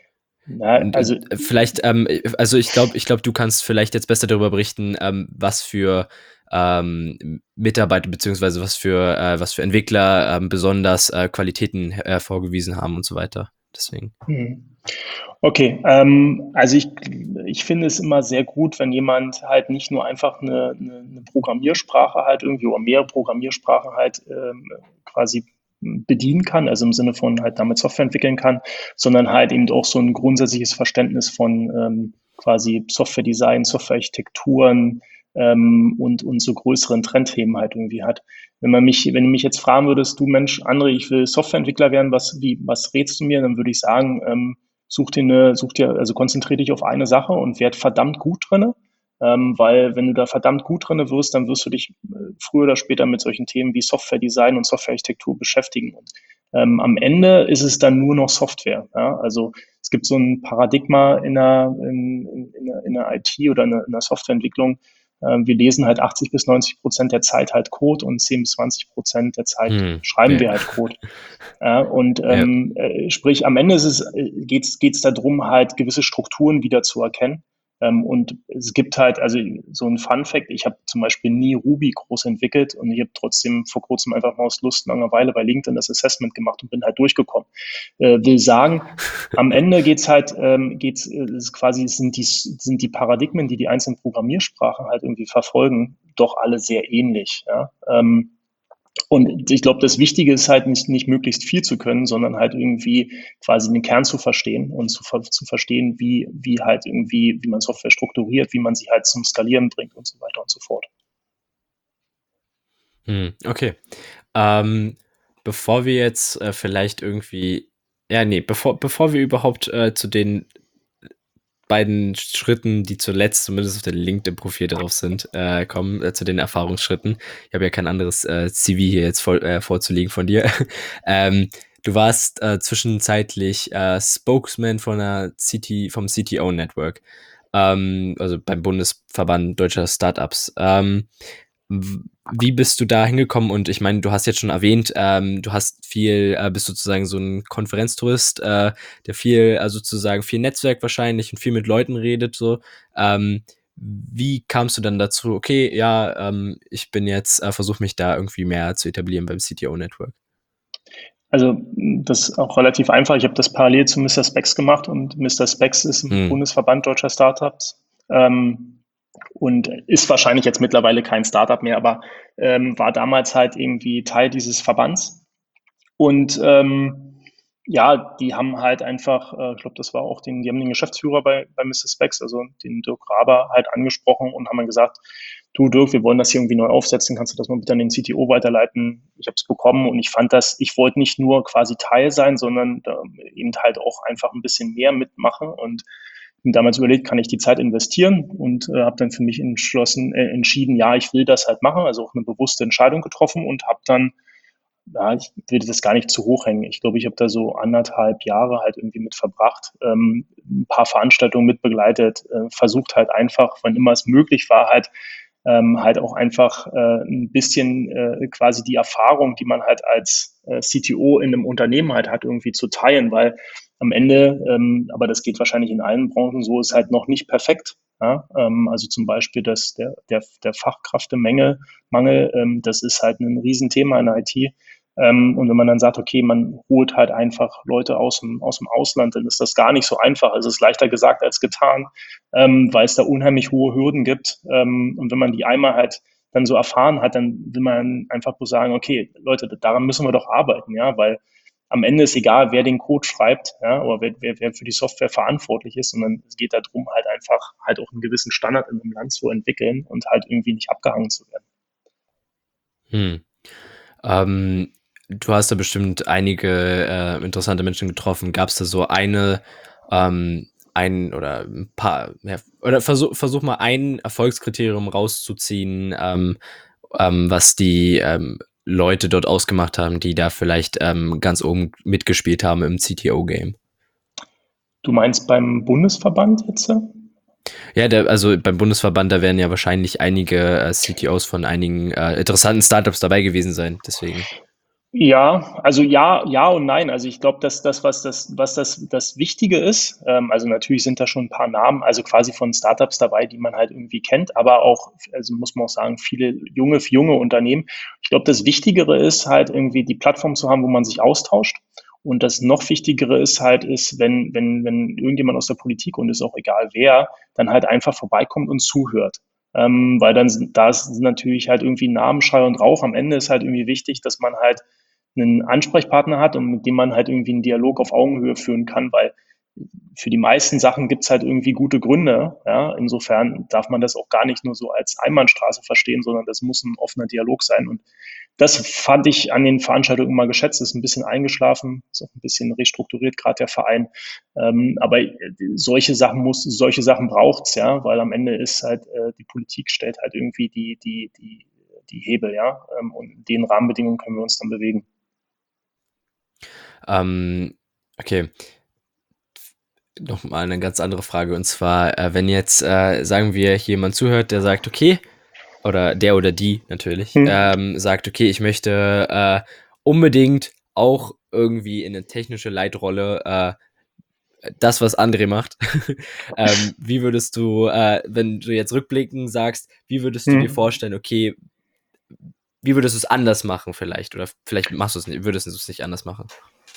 Na, also Vielleicht, also ich glaube, du kannst vielleicht jetzt besser darüber berichten, was für Mitarbeiter beziehungsweise was für Entwickler besonders Qualitäten hervorgewiesen haben und so weiter. Deswegen. mhm. Okay, also ich finde es immer sehr gut, wenn jemand halt nicht nur einfach eine Programmiersprache halt irgendwie oder mehrere Programmiersprachen halt quasi bedienen kann, also im Sinne von halt damit Software entwickeln kann, sondern halt eben auch so ein grundsätzliches Verständnis von quasi Software-Design, Softwarearchitekturen und so größeren Trendthemen halt irgendwie hat. Wenn du mich jetzt fragen würdest, du Mensch, André, ich will Softwareentwickler werden, was rätst du mir? Dann würde ich sagen, also konzentriere dich auf eine Sache und werd verdammt gut drinne. Weil wenn du da verdammt gut drinne wirst, dann wirst du dich früher oder später mit solchen Themen wie Software-Design und Softwarearchitektur beschäftigen. Und am Ende ist es dann nur noch Software. Ja? Also es gibt so ein Paradigma in der IT oder in der Softwareentwicklung. Wir lesen halt 80 bis 90% der Zeit halt Code und 10 bis 20% der Zeit schreiben Ja. wir halt Code. Ja, und Ja. sprich, am Ende geht's darum, halt gewisse Strukturen wieder zu erkennen. Und es gibt halt, also so ein Fun Fact, ich habe zum Beispiel nie Ruby groß entwickelt und ich habe trotzdem vor kurzem einfach mal aus Lust Langeweile bei LinkedIn das Assessment gemacht und bin halt durchgekommen. Will sagen, am Ende ist quasi, sind die Paradigmen, die die einzelnen Programmiersprachen halt irgendwie verfolgen, doch alle sehr ähnlich. Ja? Und ich glaube, das Wichtige ist halt nicht möglichst viel zu können, sondern halt irgendwie quasi den Kern zu verstehen und zu verstehen, wie halt irgendwie, wie man Software strukturiert, wie man sie halt zum Skalieren bringt und so weiter und so fort. Okay. Ähm, bevor wir jetzt vielleicht irgendwie, ja, nee, bevor wir überhaupt zu den beiden Schritten, die zuletzt zumindest auf dem LinkedIn-Profil drauf sind, kommen, zu den Erfahrungsschritten. Ich habe ja kein anderes CV hier jetzt vorzulegen von dir. Du warst zwischenzeitlich Spokesman vom CTO-Network, also beim Bundesverband Deutscher Startups. Wie bist du da hingekommen? Und ich meine, du hast jetzt schon erwähnt, du hast bist sozusagen so ein Konferenztourist, der viel, also sozusagen viel Netzwerk wahrscheinlich und viel mit Leuten redet, so. Wie kamst du dann dazu, okay, ja, ich bin jetzt, versuche mich da irgendwie mehr zu etablieren beim CTO-Network? Also das ist auch relativ einfach. Ich habe das parallel zu Mr. Specs gemacht und Mr. Specs ist im Hm. Bundesverband deutscher Startups. Und ist wahrscheinlich jetzt mittlerweile kein Startup mehr, aber war damals halt irgendwie Teil dieses Verbands. Und ja, die haben halt einfach, ich glaube, das war auch die haben den Geschäftsführer bei Mr. Specs, also den Dirk Raber, halt angesprochen und haben dann gesagt, du Dirk, wir wollen das hier irgendwie neu aufsetzen, kannst du das mal bitte an den CTO weiterleiten? Ich habe es bekommen und ich wollte nicht nur quasi Teil sein, sondern eben halt auch einfach ein bisschen mehr mitmachen und damals überlegt, kann ich die Zeit investieren und habe dann für mich entschieden, ja, ich will das halt machen, also auch eine bewusste Entscheidung getroffen und habe dann, ja, ich will das gar nicht zu hoch hängen. Ich glaube, ich habe da so 1,5 Jahre halt irgendwie mit verbracht, ein paar Veranstaltungen mitbegleitet, versucht halt einfach, wann immer es möglich war, halt auch einfach ein bisschen quasi die Erfahrung, die man halt als CTO in einem Unternehmen halt hat, irgendwie zu teilen, weil am Ende, aber das geht wahrscheinlich in allen Branchen so, ist halt noch nicht perfekt. Ja? Also zum Beispiel der Fachkräftemangel, das ist halt ein Riesenthema in der IT. Und wenn man dann sagt, okay, man holt halt einfach Leute aus dem Ausland, dann ist das gar nicht so einfach. Es ist leichter gesagt als getan, weil es da unheimlich hohe Hürden gibt. Und wenn man die einmal halt dann so erfahren hat, dann will man einfach bloß sagen, okay, Leute, daran müssen wir doch arbeiten, ja, weil am Ende ist egal, wer den Code schreibt, ja, oder wer für die Software verantwortlich ist, sondern es geht darum, halt einfach halt auch einen gewissen Standard in einem Land zu entwickeln und halt irgendwie nicht abgehangen zu werden. Hm. Ähm, du hast da bestimmt einige interessante Menschen getroffen. Gab es da so ein oder ein paar, ja, oder versuch mal ein Erfolgskriterium rauszuziehen, was die Leute dort ausgemacht haben, die da vielleicht ganz oben mitgespielt haben im CTO-Game. Du meinst beim Bundesverband jetzt? Ja, also beim Bundesverband, da werden ja wahrscheinlich einige CTOs von einigen interessanten Startups dabei gewesen sein, deswegen. Ja, also ja und nein. Also ich glaube, dass das Wichtige ist, also natürlich sind da schon ein paar Namen, also quasi von Startups dabei, die man halt irgendwie kennt, aber auch, also muss man auch sagen, viele junge Unternehmen. Ich glaube, das Wichtigere ist halt irgendwie die Plattform zu haben, wo man sich austauscht. Und das noch Wichtigere ist halt, wenn irgendjemand aus der Politik und ist auch egal wer, dann halt einfach vorbeikommt und zuhört. Weil dann da ist natürlich halt irgendwie Namen, Schall und Rauch. Am Ende ist halt irgendwie wichtig, dass man halt einen Ansprechpartner hat und mit dem man halt irgendwie einen Dialog auf Augenhöhe führen kann, weil für die meisten Sachen gibt's halt irgendwie gute Gründe. Ja? Insofern darf man das auch gar nicht nur so als Einbahnstraße verstehen, sondern das muss ein offener Dialog sein. Und das fand ich an den Veranstaltungen immer geschätzt. Ist ein bisschen eingeschlafen, ist auch ein bisschen restrukturiert, gerade der Verein. Aber solche Sachen braucht's, ja, weil am Ende ist halt die Politik stellt halt irgendwie die Hebel, ja, und in den Rahmenbedingungen können wir uns dann bewegen. Ähm, okay, noch mal eine ganz andere Frage. Und zwar, wenn jetzt, sagen wir, hier jemand zuhört, der sagt, okay, oder der oder die natürlich, Hm. sagt, okay, ich möchte unbedingt auch irgendwie in eine technische Leitrolle das, was André macht. Wie würdest du, wenn du jetzt rückblickend sagst, wie würdest du dir Hm. vorstellen, okay, wie würdest du es anders machen vielleicht? Oder vielleicht machst du es nicht, würdest du es nicht anders machen?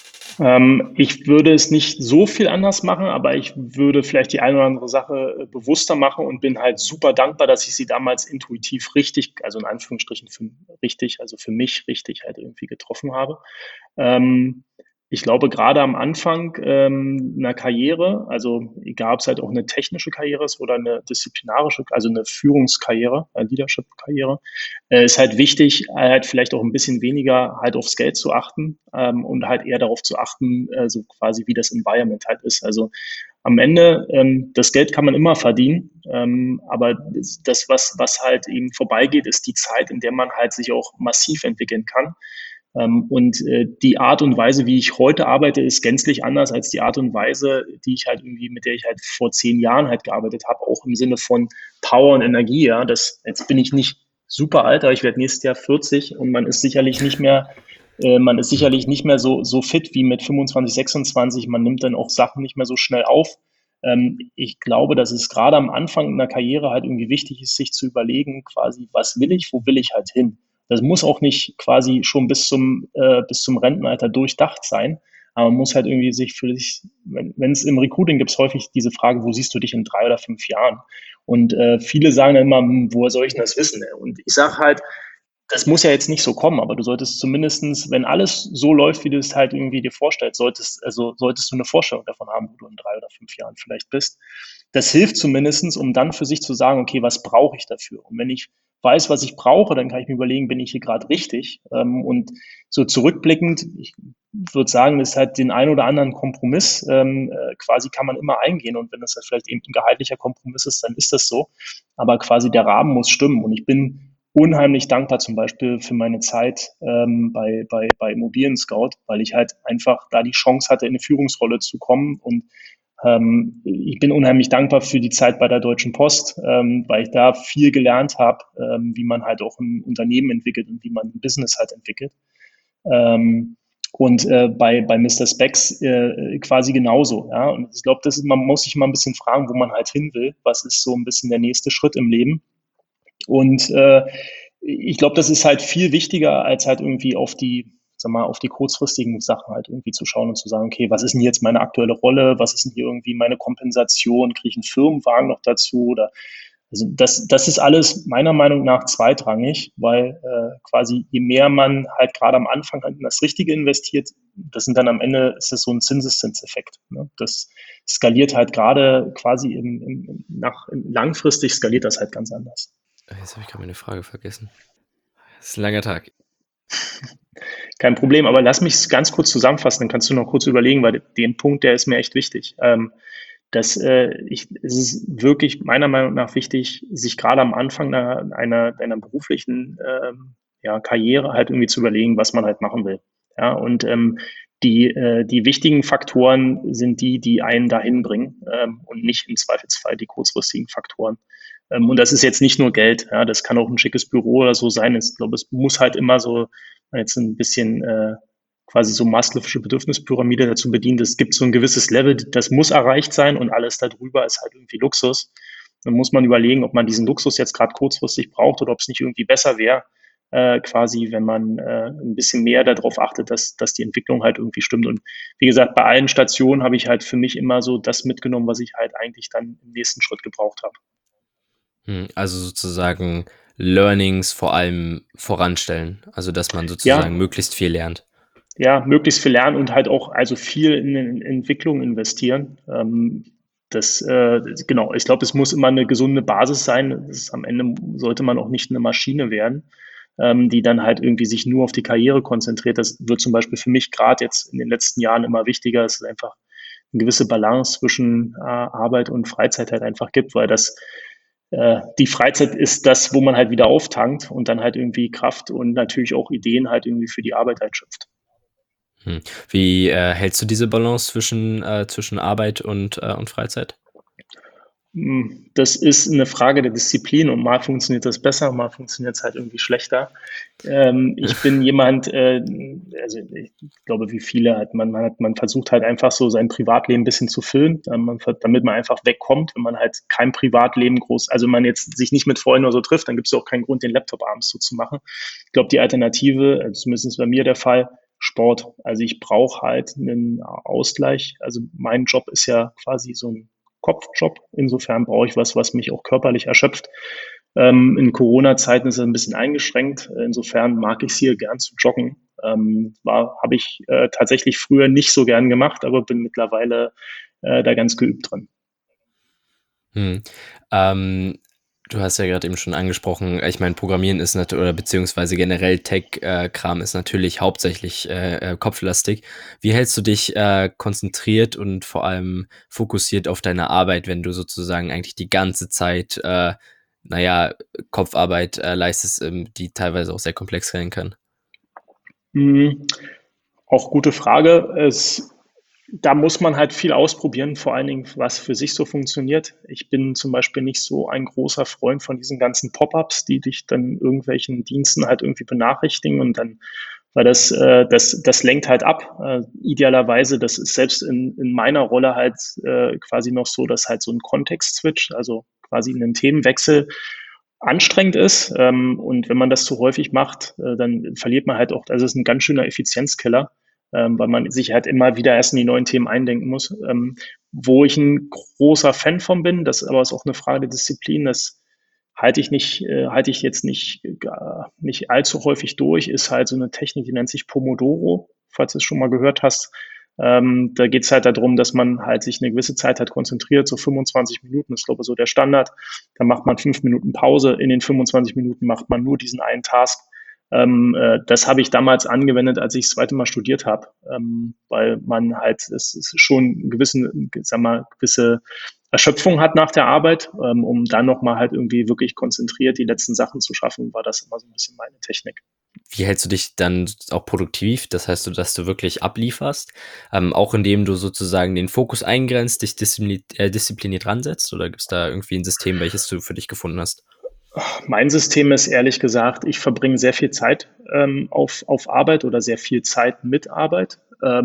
Ich würde es nicht so viel anders machen, aber ich würde vielleicht die eine oder andere Sache bewusster machen und bin halt super dankbar, dass ich sie damals intuitiv richtig, also in Anführungsstrichen richtig, also für mich richtig halt irgendwie getroffen habe. Ähm, Ich glaube, gerade am Anfang einer Karriere, also egal ob es halt auch eine technische Karriere ist oder eine disziplinarische, also eine Führungskarriere, eine Leadership-Karriere, ist halt wichtig, halt vielleicht auch ein bisschen weniger halt aufs Geld zu achten und halt eher darauf zu achten, so quasi wie das Environment halt ist. Also am Ende, das Geld kann man immer verdienen, aber was halt eben vorbeigeht, ist die Zeit, in der man halt sich auch massiv entwickeln kann. Und die Art und Weise, wie ich heute arbeite, ist gänzlich anders als die Art und Weise, die ich halt irgendwie, mit der ich halt vor 10 Jahren halt gearbeitet habe, auch im Sinne von Power und Energie. Ja, jetzt bin ich nicht super alt, aber ich werde nächstes Jahr 40 und man ist Hm. sicherlich nicht mehr so fit wie mit 25, 26. Man nimmt dann auch Sachen nicht mehr so schnell auf. Ich glaube, dass es gerade am Anfang einer Karriere halt irgendwie wichtig ist, sich zu überlegen, quasi, was will ich, wo will ich halt hin? Das muss auch nicht quasi schon bis zum Rentenalter durchdacht sein. Aber man muss halt irgendwie sich für sich, wenn es im Recruiting gibt es häufig diese Frage, wo siehst du dich in 3 oder 5 Jahren? Und viele sagen dann immer, woher soll ich denn das wissen? Und ich sage halt, das muss ja jetzt nicht so kommen, aber du solltest zumindestens, wenn alles so läuft, wie du es halt irgendwie dir vorstellst, solltest du eine Vorstellung davon haben, wo du in 3 oder 5 Jahren vielleicht bist. Das hilft zumindestens, um dann für sich zu sagen, okay, was brauche ich dafür? Und wenn ich weiß, was ich brauche, dann kann ich mir überlegen, bin ich hier gerade richtig? Und so zurückblickend, ich würde sagen, ist halt den ein oder anderen Kompromiss quasi kann man immer eingehen. Und wenn das halt vielleicht eben ein gehaltlicher Kompromiss ist, dann ist das so. Aber quasi der Rahmen muss stimmen. Und ich bin unheimlich dankbar zum Beispiel für meine Zeit bei Immobilien Scout, weil ich halt einfach da die Chance hatte, in eine Führungsrolle zu kommen. Und ich bin unheimlich dankbar für die Zeit bei der Deutschen Post, weil ich da viel gelernt habe, wie man halt auch ein Unternehmen entwickelt und wie man ein Business halt entwickelt. Ähm, und bei Mister Spex quasi genauso. Ja? Und ich glaube, man muss sich mal ein bisschen fragen, wo man halt hin will. Was ist so ein bisschen der nächste Schritt im Leben? Und ich glaube, das ist halt viel wichtiger, als halt irgendwie auf die kurzfristigen Sachen halt irgendwie zu schauen und zu sagen, okay, was ist denn jetzt meine aktuelle Rolle? Was ist denn hier irgendwie meine Kompensation? Kriege ich einen Firmenwagen noch dazu? Oder also das ist alles meiner Meinung nach zweitrangig, weil quasi je mehr man halt gerade am Anfang in das Richtige investiert, das sind dann am Ende, ist das so ein Zinseszinseffekt. Ne? Das skaliert halt gerade quasi langfristig skaliert das halt ganz anders. Jetzt habe ich gerade meine Frage vergessen. Das ist ein langer Tag. Kein Problem, aber lass mich ganz kurz zusammenfassen, dann kannst du noch kurz überlegen, weil den Punkt, der ist mir echt wichtig. Es ist wirklich meiner Meinung nach wichtig, sich gerade am Anfang einer beruflichen ja, Karriere halt irgendwie zu überlegen, was man halt machen will. Ja, und die wichtigen Faktoren sind die einen dahin bringen und nicht im Zweifelsfall die kurzfristigen Faktoren. Und das ist jetzt nicht nur Geld, ja, das kann auch ein schickes Büro oder so sein. Ich glaube, es muss halt immer so jetzt ein bisschen quasi so Maslow'sche Bedürfnispyramide dazu bedient. Es gibt so ein gewisses Level, das muss erreicht sein und alles darüber ist halt irgendwie Luxus. Dann muss man überlegen, ob man diesen Luxus jetzt gerade kurzfristig braucht oder ob es nicht irgendwie besser wäre, quasi, wenn man ein bisschen mehr darauf achtet, dass die Entwicklung halt irgendwie stimmt. Und wie gesagt, bei allen Stationen habe ich halt für mich immer so das mitgenommen, was ich halt eigentlich dann im nächsten Schritt gebraucht habe. Also sozusagen Learnings vor allem voranstellen. Also dass man sozusagen Ja, möglichst viel lernt. ja, möglichst viel lernen und halt auch also viel in Entwicklung investieren. Genau, ich glaube, es muss immer eine gesunde Basis sein. Am Ende sollte man auch nicht eine Maschine werden, die dann halt irgendwie sich nur auf die Karriere konzentriert. Das wird zum Beispiel für mich gerade jetzt in den letzten Jahren immer wichtiger, dass es einfach eine gewisse Balance zwischen Arbeit und Freizeit halt einfach gibt, weil die Freizeit ist das, wo man halt wieder auftankt und dann halt irgendwie Kraft und natürlich auch Ideen halt irgendwie für die Arbeit halt schöpft. Hm. Wie hältst du diese Balance zwischen Arbeit und Freizeit? Das ist eine Frage der Disziplin und mal funktioniert das besser, mal funktioniert es halt irgendwie schlechter. Ich bin jemand, also ich glaube, wie viele hat man versucht halt einfach so sein Privatleben ein bisschen zu füllen, damit man einfach wegkommt, wenn man halt kein Privatleben groß, also wenn man jetzt sich nicht mit Freunden oder so trifft, dann gibt es auch keinen Grund, den Laptop abends so zu machen. Ich glaube, die Alternative, zumindest bei mir der Fall, Sport. Also ich brauche halt einen Ausgleich. Also mein Job ist ja quasi so ein Kopfjob. Insofern brauche ich was mich auch körperlich erschöpft. In Corona-Zeiten ist es ein bisschen eingeschränkt. Insofern mag ich es hier gern zu joggen. Habe ich tatsächlich früher nicht so gern gemacht, aber bin mittlerweile da ganz geübt drin. Hm. Ähm, Du hast ja gerade eben schon angesprochen, ich meine, Programmieren ist natürlich, oder beziehungsweise generell Tech-Kram ist natürlich hauptsächlich kopflastig. Wie hältst du dich konzentriert und vor allem fokussiert auf deine Arbeit, wenn du sozusagen eigentlich die ganze Zeit, naja, Kopfarbeit leistest, die teilweise auch sehr komplex sein kann? Mhm. Auch gute Frage. Da muss man halt viel ausprobieren, vor allen Dingen, was für sich so funktioniert. Ich bin zum Beispiel nicht so ein großer Freund von diesen ganzen Pop-ups, die dich dann irgendwelchen Diensten halt irgendwie benachrichtigen und dann, weil das lenkt halt ab. Idealerweise, das ist selbst in meiner Rolle halt quasi noch so, dass halt so ein Kontext-Switch, also quasi einen Themenwechsel anstrengend ist. Und wenn man das zu häufig macht, dann verliert man halt auch, also es ist ein ganz schöner Effizienzkiller, weil man sich halt immer wieder erst in die neuen Themen eindenken muss. Wo ich ein großer Fan von bin, das aber ist auch eine Frage der Disziplin, das halte ich jetzt nicht allzu häufig durch, ist halt so eine Technik, die nennt sich Pomodoro, falls du es schon mal gehört hast. Da geht es halt darum, dass man halt sich eine gewisse Zeit halt konzentriert, so 25 Minuten ist, glaube ich, so der Standard. Dann macht man 5 Minuten Pause. In den 25 Minuten macht man nur diesen einen Task. Das habe ich damals angewendet, als ich das zweite Mal studiert habe, weil man halt, es ist schon gewisse Erschöpfung hat nach der Arbeit, um dann nochmal halt irgendwie wirklich konzentriert die letzten Sachen zu schaffen, war das immer so ein bisschen meine Technik. Wie hältst du dich dann auch produktiv? Das heißt, dass du wirklich ablieferst, auch indem du sozusagen den Fokus eingrenzt, dich diszipliniert ransetzt? Oder gibt es da irgendwie ein System, welches du für dich gefunden hast? Mein System ist ehrlich gesagt, ich verbringe sehr viel Zeit auf Arbeit oder sehr viel Zeit mit Arbeit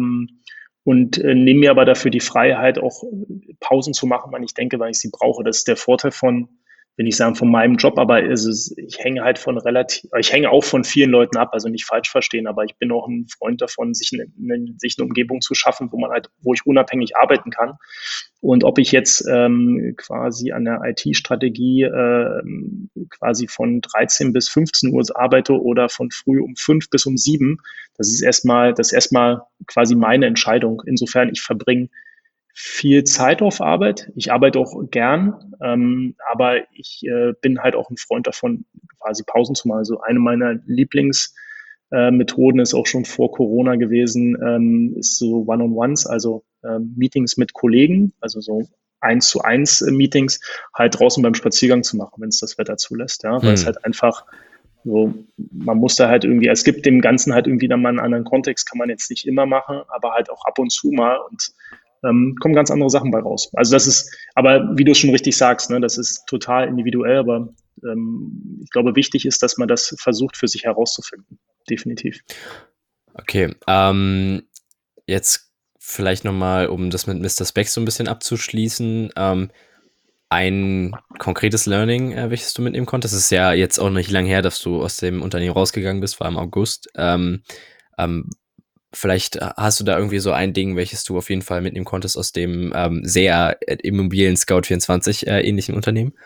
und nehme mir aber dafür die Freiheit, auch Pausen zu machen, wann ich denke, wann ich sie brauche. Das ist der Vorteil von, will ich sagen, von meinem Job, aber ich hänge halt ich hänge auch von vielen Leuten ab, also nicht falsch verstehen, aber ich bin auch ein Freund davon, sich eine Umgebung zu schaffen, wo ich unabhängig arbeiten kann. Und ob ich jetzt quasi an der IT-Strategie quasi von 13 bis 15 Uhr arbeite oder von früh um 5 bis um 7, das ist erstmal quasi meine Entscheidung. Insofern, ich verbringe viel Zeit auf Arbeit. Ich arbeite auch gern, aber ich bin halt auch ein Freund davon, quasi Pausen zu machen. Also eine meiner Lieblingsmethoden ist auch schon vor Corona gewesen, ist so One-on-Ones, also Meetings mit Kollegen, also so 1-zu-1 Meetings, halt draußen beim Spaziergang zu machen, wenn es das Wetter zulässt, ja, weil es Hm. halt einfach so, man muss da halt irgendwie, es gibt dem Ganzen halt irgendwie dann mal einen anderen Kontext, kann man jetzt nicht immer machen, aber halt auch ab und zu mal und kommen ganz andere Sachen bei raus. Also das ist, aber wie du es schon richtig sagst, ne, das ist total individuell, aber ich glaube, wichtig ist, dass man das versucht für sich herauszufinden. definitiv. Okay, jetzt vielleicht nochmal, um das mit Mr. Spex so ein bisschen abzuschließen, ein konkretes Learning, welches du mitnehmen konntest. Es ist ja jetzt auch nicht lang her, dass du aus dem Unternehmen rausgegangen bist, war im August. Ähm, vielleicht hast du da irgendwie so ein Ding, welches du auf jeden Fall mitnehmen konntest aus dem sehr Immobilien Scout 24 ähnlichen Unternehmen?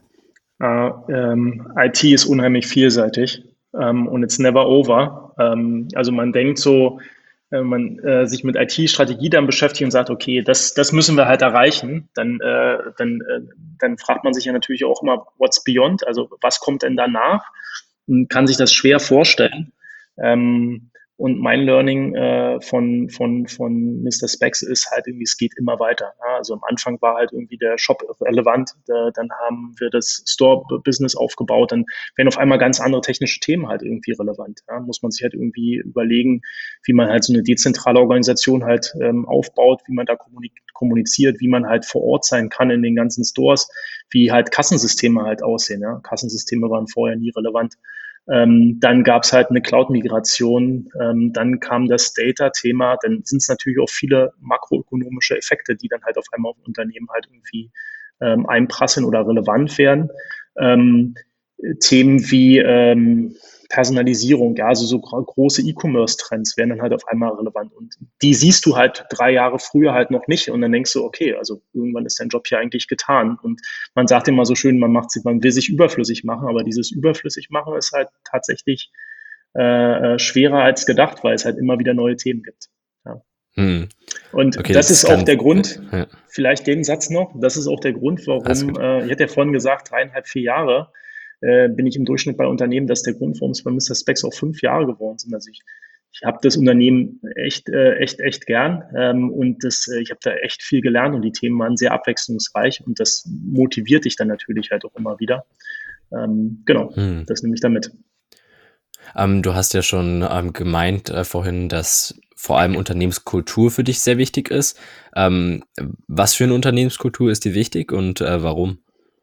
IT ist unheimlich vielseitig und it's never over. Also man denkt so, wenn man sich mit IT-Strategie dann beschäftigt und sagt, okay, das müssen wir halt erreichen, dann fragt man sich ja natürlich auch immer, what's beyond? Also was kommt denn danach? Und kann sich das schwer vorstellen. Ähm, und mein Learning von Mr. Specs ist halt irgendwie, es geht immer weiter. Ja, also am Anfang war halt irgendwie der Shop relevant, dann haben wir das Store-Business aufgebaut, dann werden auf einmal ganz andere technische Themen halt irgendwie relevant. Ja, muss man sich halt irgendwie überlegen, wie man halt so eine dezentrale Organisation halt aufbaut, wie man da kommuniziert, wie man halt vor Ort sein kann in den ganzen Stores, wie halt Kassensysteme halt aussehen. Ja. Kassensysteme waren vorher nie relevant. Dann gab es halt eine Cloud-Migration, dann kam das Data-Thema, dann sind es natürlich auch viele makroökonomische Effekte, die dann halt auf einmal auf Unternehmen halt irgendwie einprasseln oder relevant werden. Ähm, Themen wie Personalisierung, ja, also so große E-Commerce-Trends werden dann halt auf einmal relevant. Und die siehst du halt 3 Jahre früher halt noch nicht. Und dann denkst du, okay, also irgendwann ist dein Job hier eigentlich getan. Und man sagt immer so schön, man will sich überflüssig machen, aber dieses überflüssig machen ist halt tatsächlich schwerer als gedacht, weil es halt immer wieder neue Themen gibt. Ja. Hm. Und Okay, das ist auch der Grund, ja, vielleicht den Satz noch, das ist auch der Grund, alles warum, gut. ich hatte ja vorhin gesagt, 3,5, 4 Jahre bin ich im Durchschnitt bei Unternehmen. Das ist der Grund, warum es bei Mr. Specs auch 5 Jahre geworden sind. Also ich habe das Unternehmen echt gern und ich habe da echt viel gelernt und die Themen waren sehr abwechslungsreich und das motiviert dich dann natürlich halt auch immer wieder. Genau, Hm. das nehme ich da mit. Du hast ja schon gemeint vorhin, dass vor allem Unternehmenskultur für dich sehr wichtig ist. Was für eine Unternehmenskultur ist dir wichtig und warum?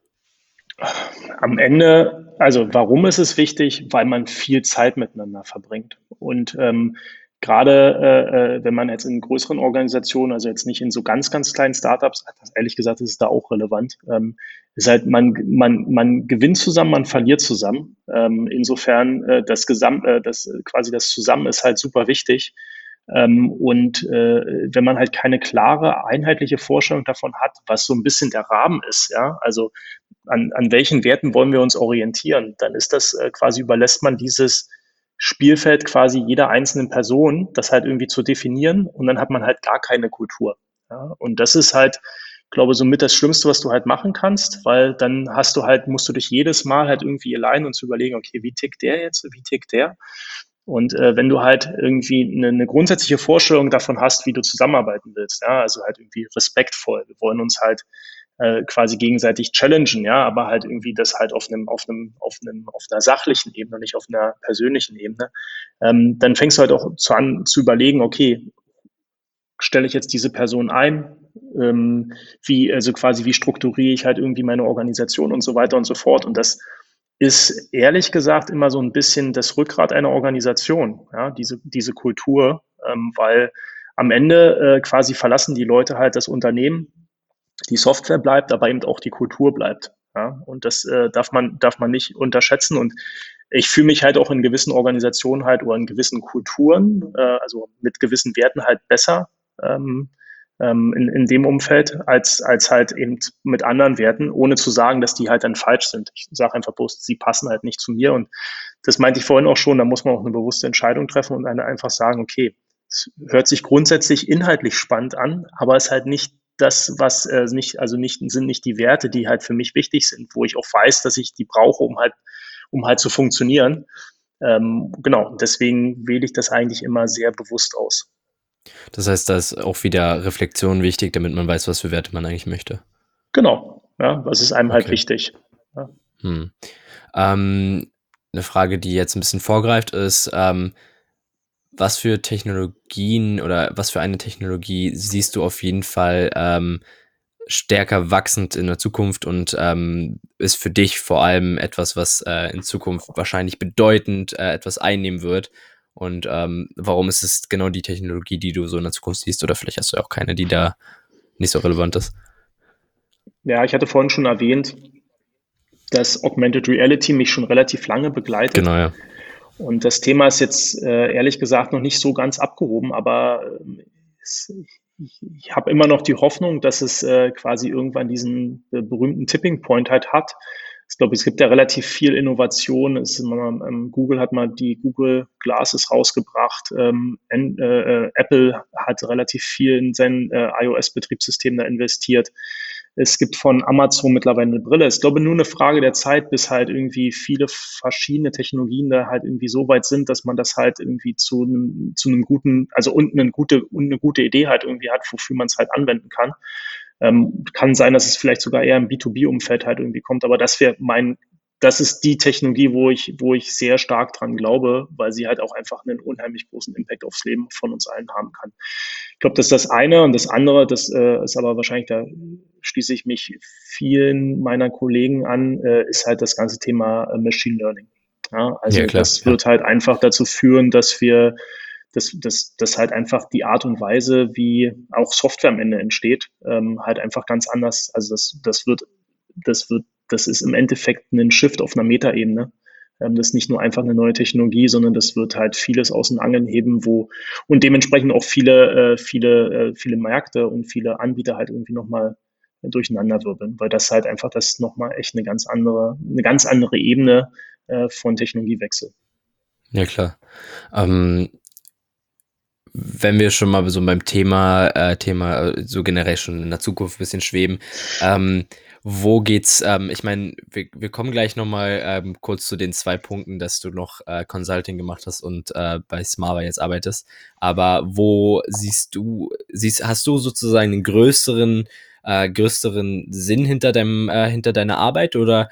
Am Ende, also warum ist es wichtig? Weil man viel Zeit miteinander verbringt. Und gerade wenn man jetzt in größeren Organisationen, also jetzt nicht in so ganz kleinen Startups, ehrlich gesagt ist es da auch relevant, ist halt, man gewinnt zusammen, man verliert zusammen. Insofern quasi das Zusammen ist halt super wichtig. Und wenn man halt keine klare, einheitliche Vorstellung davon hat, was so ein bisschen der Rahmen ist, ja, also an welchen Werten wollen wir uns orientieren, dann ist das quasi, überlässt man dieses Spielfeld quasi jeder einzelnen Person, das halt irgendwie zu definieren und dann hat man halt gar keine Kultur. Ja? Und das ist halt, glaube somit das Schlimmste, was du halt machen kannst, weil dann musst du dich jedes Mal halt irgendwie allein und zu überlegen, okay, wie tickt der jetzt, wie tickt der? Und wenn du halt irgendwie eine grundsätzliche Vorstellung davon hast, wie du zusammenarbeiten willst, ja, also halt irgendwie respektvoll, wir wollen uns halt quasi gegenseitig challengen, ja, aber halt irgendwie das halt auf einer sachlichen Ebene, nicht auf einer persönlichen Ebene, dann fängst du halt auch an zu überlegen, okay, stelle ich jetzt diese Person ein, also quasi, wie strukturiere ich halt irgendwie meine Organisation und so weiter und so fort. Und das ist ehrlich gesagt immer so ein bisschen das Rückgrat einer Organisation, ja, diese Kultur, weil am Ende quasi verlassen die Leute halt das Unternehmen, die Software bleibt, aber eben auch die Kultur bleibt. Ja? Und das darf man nicht unterschätzen. Und ich fühle mich halt auch in gewissen Organisationen halt oder in gewissen Kulturen, also mit gewissen Werten halt besser in dem Umfeld als halt eben mit anderen Werten, ohne zu sagen, dass die halt dann falsch sind. Ich sage einfach bloß, sie passen halt nicht zu mir. Und das meinte ich vorhin auch schon, da muss man auch eine bewusste Entscheidung treffen und einfach sagen, okay, es hört sich grundsätzlich inhaltlich spannend an, aber es ist halt nicht das, was sind nicht die Werte, die halt für mich wichtig sind, wo ich auch weiß, dass ich die brauche, um halt zu funktionieren. Genau, deswegen wähle ich das eigentlich immer sehr bewusst aus. Das heißt, da ist auch wieder Reflexion wichtig, damit man weiß, was für Werte man eigentlich möchte. Genau, ja, was ist einem halt Okay. wichtig. Ja. Hm. Eine Frage, die jetzt ein bisschen vorgreift, ist, was für Technologien oder was für eine Technologie siehst du auf jeden Fall stärker wachsend in der Zukunft und ist für dich vor allem etwas, was in Zukunft wahrscheinlich bedeutend etwas einnehmen wird? Und warum ist es genau die Technologie, die du so in der Zukunft siehst? Oder vielleicht hast du ja auch keine, die da nicht so relevant ist. Ja, ich hatte vorhin schon erwähnt, dass Augmented Reality mich schon relativ lange begleitet. Genau, ja. Und das Thema ist jetzt ehrlich gesagt noch nicht so ganz abgehoben, aber ich habe immer noch die Hoffnung, dass es quasi irgendwann diesen berühmten Tipping Point halt hat. Ich glaube, es gibt ja relativ viel Innovation. Google hat mal die Google Glasses rausgebracht. Apple hat relativ viel in sein iOS-Betriebssystem da investiert. Es gibt von Amazon mittlerweile eine Brille. Ich glaube, nur eine Frage der Zeit, bis halt irgendwie viele verschiedene Technologien da halt irgendwie so weit sind, dass man das halt irgendwie zu einem guten, also und eine gute Idee halt irgendwie hat, wofür man es halt anwenden kann. Kann sein, dass es vielleicht sogar eher im B2B-Umfeld halt irgendwie kommt, aber das ist die Technologie, wo ich sehr stark dran glaube, weil sie halt auch einfach einen unheimlich großen Impact aufs Leben von uns allen haben kann. Ich glaube, das ist das eine, und das andere, das ist aber wahrscheinlich, da schließe ich mich vielen meiner Kollegen an, ist halt das ganze Thema Machine Learning. Ja, Ja, also klar, das ja. wird halt einfach dazu führen, dass halt einfach die Art und Weise, wie auch Software am Ende entsteht, halt einfach ganz anders. Also das ist im Endeffekt ein Shift auf einer Metaebene. Das ist nicht nur einfach eine neue Technologie, sondern das wird halt vieles aus den Angeln heben, und dementsprechend auch viele Märkte und viele Anbieter halt irgendwie nochmal durcheinanderwirbeln, weil das halt einfach das nochmal echt eine ganz andere Ebene von Technologiewechsel. Ja, klar. Ähm, wenn wir schon mal so beim Thema so generell schon in der Zukunft ein bisschen schweben, wo geht's, ich meine, wir kommen gleich nochmal kurz zu den 2 Punkten, dass du noch Consulting gemacht hast und bei Smava jetzt arbeitest. Aber wo hast du sozusagen einen größeren Sinn hinter deiner Arbeit, oder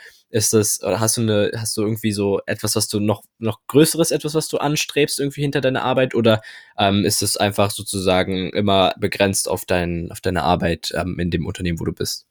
hast du irgendwie so etwas, was du noch Größeres, etwas, was du anstrebst, irgendwie hinter deiner Arbeit, oder ist es einfach sozusagen immer begrenzt auf deine Arbeit in dem Unternehmen, wo du bist?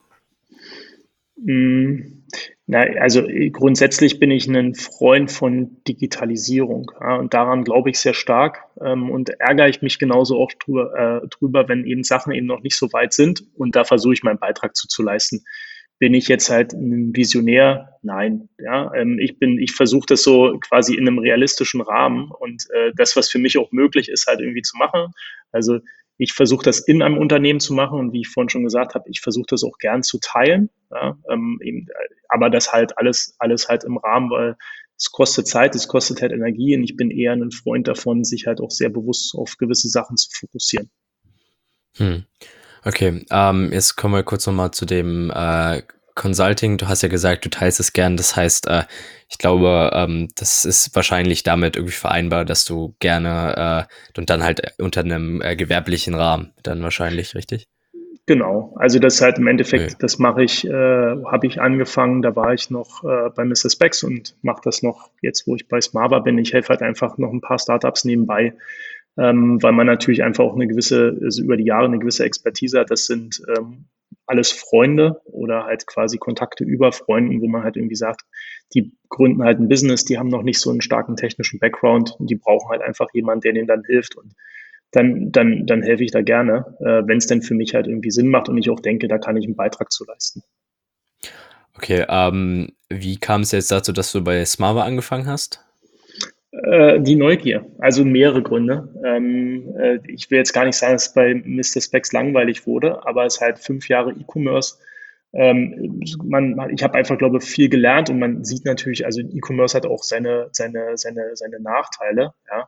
Mm, Na, also grundsätzlich bin ich ein Freund von Digitalisierung, ja, und daran glaube ich sehr stark, und ärgere ich mich genauso auch drüber, wenn eben Sachen eben noch nicht so weit sind, und da versuche ich meinen Beitrag zu leisten. Bin ich jetzt halt ein Visionär? Nein, ja, ich versuche das so quasi in einem realistischen Rahmen, und das, was für mich auch möglich ist, halt irgendwie zu machen. Also ich versuche das in einem Unternehmen zu machen, und wie ich vorhin schon gesagt habe, ich versuche das auch gern zu teilen, ja, aber das halt alles halt im Rahmen, weil es kostet Zeit, es kostet halt Energie, und ich bin eher ein Freund davon, sich halt auch sehr bewusst auf gewisse Sachen zu fokussieren. Hm. Okay, jetzt kommen wir kurz nochmal zu dem Consulting. Du hast ja gesagt, du teilst es gern. Das heißt, ich glaube, das ist wahrscheinlich damit irgendwie vereinbar, dass du gerne und dann halt unter einem gewerblichen Rahmen dann wahrscheinlich, richtig? Genau, also das halt im Okay. Endeffekt, habe ich angefangen, da war ich noch bei Mr. Specs, und mache das noch jetzt, wo ich bei Smava bin. Ich helfe halt einfach noch ein paar Startups nebenbei, weil man natürlich einfach auch also über die Jahre eine gewisse Expertise hat. Das sind alles Freunde oder halt quasi Kontakte über Freunden, wo man halt irgendwie sagt, die gründen halt ein Business, die haben noch nicht so einen starken technischen Background, und die brauchen halt einfach jemanden, der denen dann hilft, und dann helfe ich da gerne, wenn es denn für mich halt irgendwie Sinn macht und ich auch denke, da kann ich einen Beitrag zu leisten. Okay, wie kam es jetzt dazu, dass du bei Smava angefangen hast? Die Neugier, also mehrere Gründe. Ich will jetzt gar nicht sagen, dass es bei Mr. Specs langweilig wurde, aber es ist halt 5 Jahre E-Commerce. Ich habe einfach, glaube ich, viel gelernt, und man sieht natürlich, also E-Commerce hat auch seine Nachteile, ja.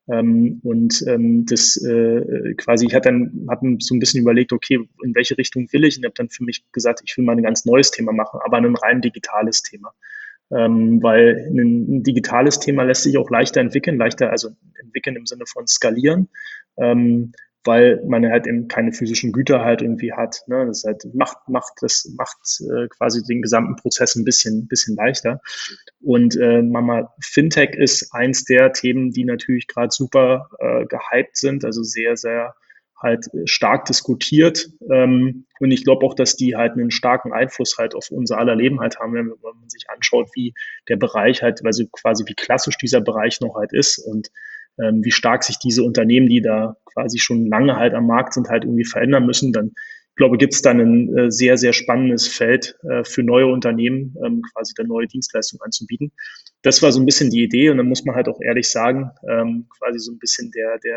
Ich habe so ein bisschen überlegt, okay, in welche Richtung will ich, und habe dann für mich gesagt, ich will mal ein ganz neues Thema machen, aber ein rein digitales Thema, weil ein digitales Thema lässt sich auch leichter entwickeln, also entwickeln im Sinne von skalieren, weil man halt eben keine physischen Güter halt irgendwie hat. Ne? Das halt macht quasi den gesamten Prozess ein bisschen leichter. Und Mama Fintech ist eins der Themen, die natürlich gerade super gehypt sind, also sehr, sehr halt stark diskutiert. Und ich glaube auch, dass die halt einen starken Einfluss halt auf unser aller Leben halt haben, wenn man sich anschaut, wie der Bereich halt, also quasi wie klassisch dieser Bereich noch halt ist. Und wie stark sich diese Unternehmen, die da quasi schon lange halt am Markt sind, halt irgendwie verändern müssen, dann ich glaube, gibt es dann ein sehr, sehr spannendes Feld für neue Unternehmen, quasi da neue Dienstleistungen anzubieten. Das war so ein bisschen die Idee und dann muss man halt auch ehrlich sagen, quasi so ein bisschen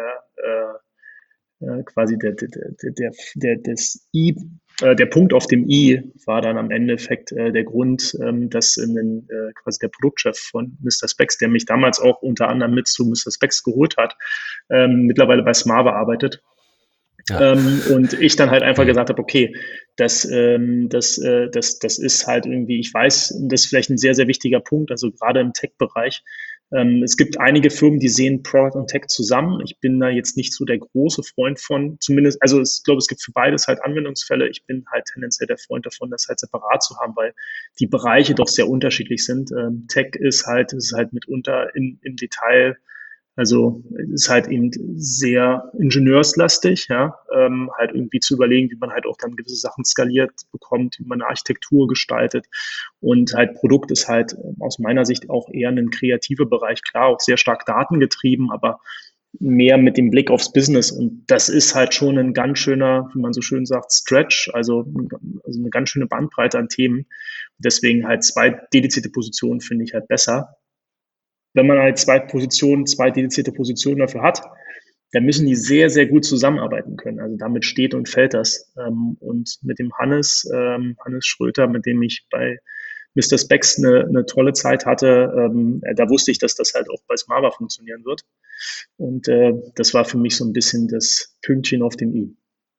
quasi der Punkt auf dem I war dann am Endeffekt der Grund, dass quasi der Produktchef von Mr. Spex, der mich damals auch unter anderem mit zu Mr. Spex geholt hat, mittlerweile bei Smava arbeitet. Ja. Und ich dann halt einfach Mhm. gesagt habe, okay, das ist halt irgendwie, ich weiß, das ist vielleicht ein sehr, sehr wichtiger Punkt, also gerade im Tech-Bereich. Es gibt einige Firmen, die sehen Product und Tech zusammen. Ich bin da jetzt nicht so der große Freund von, zumindest, also ich glaube, es gibt für beides halt Anwendungsfälle. Ich bin halt tendenziell der Freund davon, das halt separat zu haben, weil die Bereiche doch sehr unterschiedlich sind. Tech ist halt mitunter im Detail, also ist halt eben sehr ingenieurslastig, ja, halt irgendwie zu überlegen, wie man halt auch dann gewisse Sachen skaliert bekommt, wie man eine Architektur gestaltet. Und halt Produkt ist halt aus meiner Sicht auch eher ein kreativer Bereich, klar, auch sehr stark datengetrieben, aber mehr mit dem Blick aufs Business. Und das ist halt schon ein ganz schöner, wie man so schön sagt, Stretch, also eine ganz schöne Bandbreite an Themen. Deswegen halt zwei dedizierte Positionen finde ich halt besser. Wenn man halt zwei dedizierte Positionen dafür hat, dann müssen die sehr, sehr gut zusammenarbeiten können. Also damit steht und fällt das. Und mit dem Hannes Schröter, mit dem ich bei Mr. Spex eine tolle Zeit hatte, da wusste ich, dass das halt auch bei Smava funktionieren wird. Und das war für mich so ein bisschen das Pünktchen auf dem I.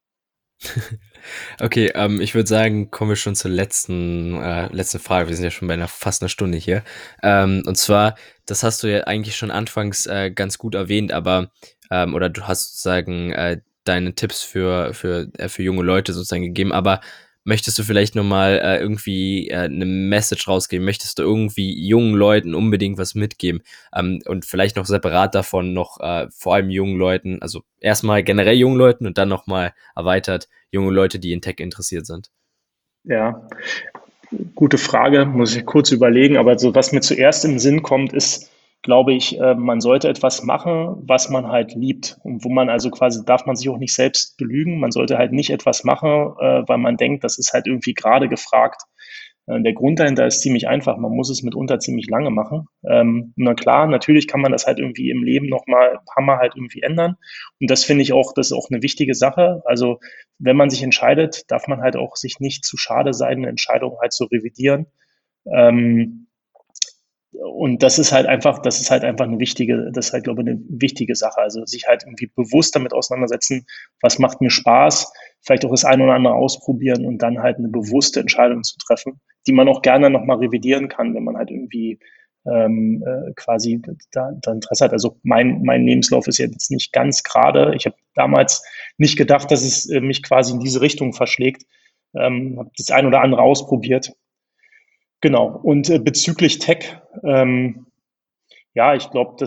Okay, ich würde sagen, kommen wir schon zur letzten Frage. Wir sind ja schon bei fast einer Stunde hier. Und zwar, das hast du ja eigentlich schon anfangs ganz gut erwähnt, aber oder du hast sozusagen deine Tipps für junge Leute sozusagen gegeben, aber möchtest du vielleicht nochmal irgendwie eine Message rausgeben? Möchtest du irgendwie jungen Leuten unbedingt was mitgeben? Und vielleicht noch separat davon noch vor allem jungen Leuten, also erstmal generell jungen Leuten und dann nochmal erweitert junge Leute, die in Tech interessiert sind? Ja, gute Frage, muss ich kurz überlegen, aber so was mir zuerst im Sinn kommt, ist, glaube ich, man sollte etwas machen, was man halt liebt und wo man also quasi darf man sich auch nicht selbst belügen. Man sollte halt nicht etwas machen, weil man denkt, das ist halt irgendwie gerade gefragt. Der Grund dahinter ist ziemlich einfach. Man muss es mitunter ziemlich lange machen. Na klar, natürlich kann man das halt irgendwie im Leben noch mal ein paar Mal halt irgendwie ändern. Und das finde ich auch, das ist auch eine wichtige Sache. Also wenn man sich entscheidet, darf man halt auch sich nicht zu schade sein, eine Entscheidung halt zu revidieren. Ähm, und das ist halt einfach eine wichtige, das ist halt, glaube ich, eine wichtige Sache. Also sich halt irgendwie bewusst damit auseinandersetzen, was macht mir Spaß, vielleicht auch das eine oder andere ausprobieren und dann halt eine bewusste Entscheidung zu treffen, die man auch gerne nochmal revidieren kann, wenn man halt irgendwie quasi da Interesse hat. Also mein Lebenslauf ist jetzt nicht ganz gerade. Ich habe damals nicht gedacht, dass es mich quasi in diese Richtung verschlägt. Habe das ein oder andere ausprobiert. Genau. Und bezüglich Tech, ja, ich glaube,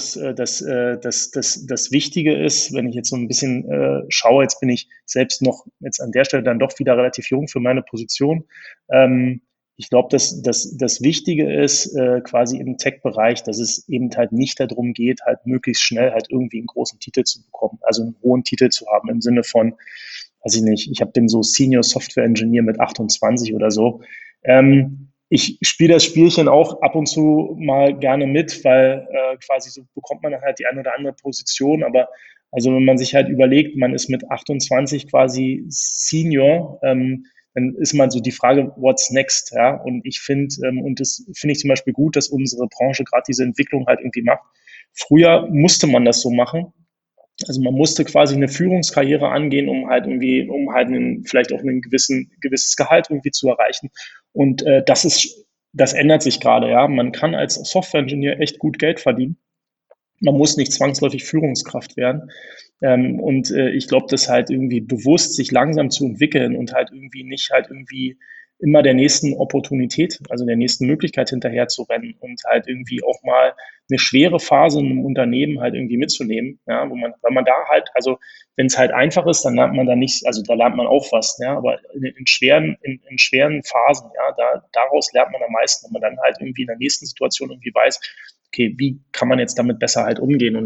das Wichtige ist, wenn ich jetzt so ein bisschen schaue, jetzt bin ich selbst noch jetzt an der Stelle dann doch wieder relativ jung für meine Position. Ich glaube, das Wichtige ist quasi im Tech-Bereich, dass es eben halt nicht darum geht, halt möglichst schnell halt irgendwie einen großen Titel zu bekommen, also einen hohen Titel zu haben im Sinne von, weiß ich nicht, bin so Senior Software Engineer mit 28 oder so. Ich spiele das Spielchen auch ab und zu mal gerne mit, weil quasi so bekommt man dann halt die eine oder andere Position. Aber also wenn man sich halt überlegt, man ist mit 28 quasi Senior, dann ist man so die Frage, what's next? Ja, und ich finde, und das finde ich zum Beispiel gut, dass unsere Branche gerade diese Entwicklung halt irgendwie macht. Früher musste man das so machen. Also man musste quasi eine Führungskarriere angehen, um halt vielleicht auch gewisses Gehalt irgendwie zu erreichen. Und das ändert sich gerade, ja. Man kann als Software-Ingenieur echt gut Geld verdienen. Man muss nicht zwangsläufig Führungskraft werden. Ich glaube, das halt irgendwie bewusst sich langsam zu entwickeln und halt irgendwie nicht halt irgendwie immer der nächsten Opportunität, also der nächsten Möglichkeit hinterher zu rennen und halt irgendwie auch mal eine schwere Phase in einem Unternehmen halt irgendwie mitzunehmen, ja, weil man da halt, also wenn es halt einfach ist, dann lernt man da nicht, also da lernt man auch was, ja, aber in schweren Phasen, ja, daraus lernt man am meisten, wenn man dann halt irgendwie in der nächsten Situation irgendwie weiß, okay, wie kann man jetzt damit besser halt umgehen? Und ich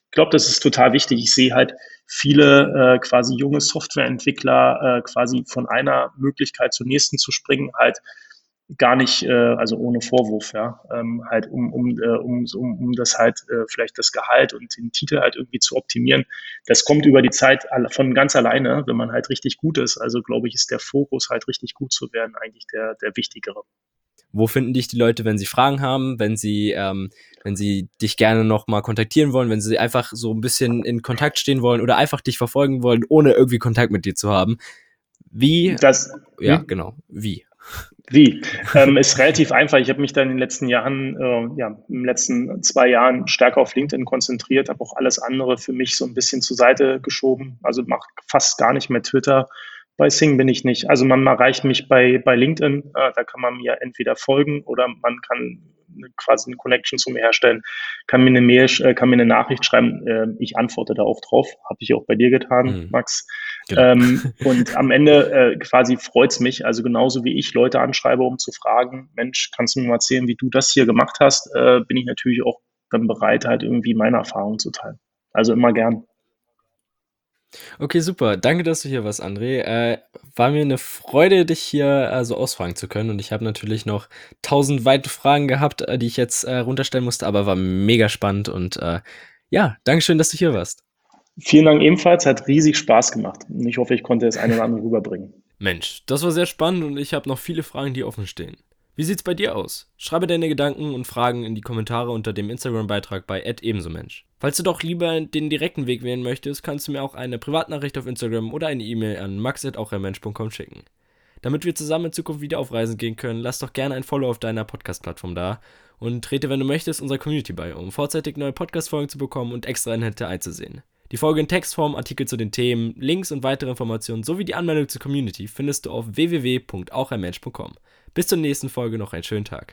Ich glaube, das ist total wichtig. Ich sehe halt viele quasi junge Softwareentwickler quasi von einer Möglichkeit zur nächsten zu springen, halt gar nicht, also ohne Vorwurf, ja, halt um das halt vielleicht das Gehalt und den Titel halt irgendwie zu optimieren. Das kommt über die Zeit von ganz alleine, wenn man halt richtig gut ist. Also glaube ich, ist der Fokus halt richtig gut zu werden eigentlich der wichtigere. Wo finden dich die Leute, wenn sie Fragen haben, wenn sie dich gerne noch mal kontaktieren wollen, wenn sie einfach so ein bisschen in Kontakt stehen wollen oder einfach dich verfolgen wollen, ohne irgendwie Kontakt mit dir zu haben? Wie? Das, Ja, hm? genau. Wie? Wie? Ist relativ einfach. Ich habe mich da in den letzten Jahren, ja, in den letzten 2 Jahren stärker auf LinkedIn konzentriert, habe auch alles andere für mich so ein bisschen zur Seite geschoben. Also mache fast gar nicht mehr Twitter. Bei Sing bin ich nicht. Also man erreicht mich bei LinkedIn. Da kann man mir entweder folgen oder man kann quasi eine Connection zu mir herstellen, kann mir eine Mail, kann mir eine Nachricht schreiben. Ich antworte da auch drauf. Habe ich auch bei dir getan, Mhm. Max. Genau. Und am Ende quasi freut's mich, also genauso wie ich Leute anschreibe, um zu fragen, Mensch, kannst du mir mal erzählen, wie du das hier gemacht hast, bin ich natürlich auch dann bereit, halt irgendwie meine Erfahrungen zu teilen. Also immer gern. Okay, super. Danke, dass du hier warst, André. War mir eine Freude, dich hier so ausfragen zu können. Und ich habe natürlich noch 1000 weitere Fragen gehabt, die ich jetzt runterstellen musste, aber war mega spannend. Und ja, Dankeschön, dass du hier warst. Vielen Dank ebenfalls, hat riesig Spaß gemacht. Und ich hoffe, ich konnte das eine oder andere rüberbringen. Mensch, das war sehr spannend und ich habe noch viele Fragen, die offen stehen. Wie sieht's bei dir aus? Schreibe deine Gedanken und Fragen in die Kommentare unter dem Instagram-Beitrag bei @ebensomensch. Falls du doch lieber den direkten Weg wählen möchtest, kannst du mir auch eine Privatnachricht auf Instagram oder eine E-Mail an max@auchermensch.com schicken. Damit wir zusammen in Zukunft wieder auf Reisen gehen können, lass doch gerne ein Follow auf deiner Podcast-Plattform da und trete, wenn du möchtest, unserer Community bei, um vorzeitig neue Podcast-Folgen zu bekommen und extra Inhalte einzusehen. Die Folge in Textform, Artikel zu den Themen, Links und weitere Informationen sowie die Anmeldung zur Community findest du auf www.auchermensch.com. Bis zur nächsten Folge, noch einen schönen Tag.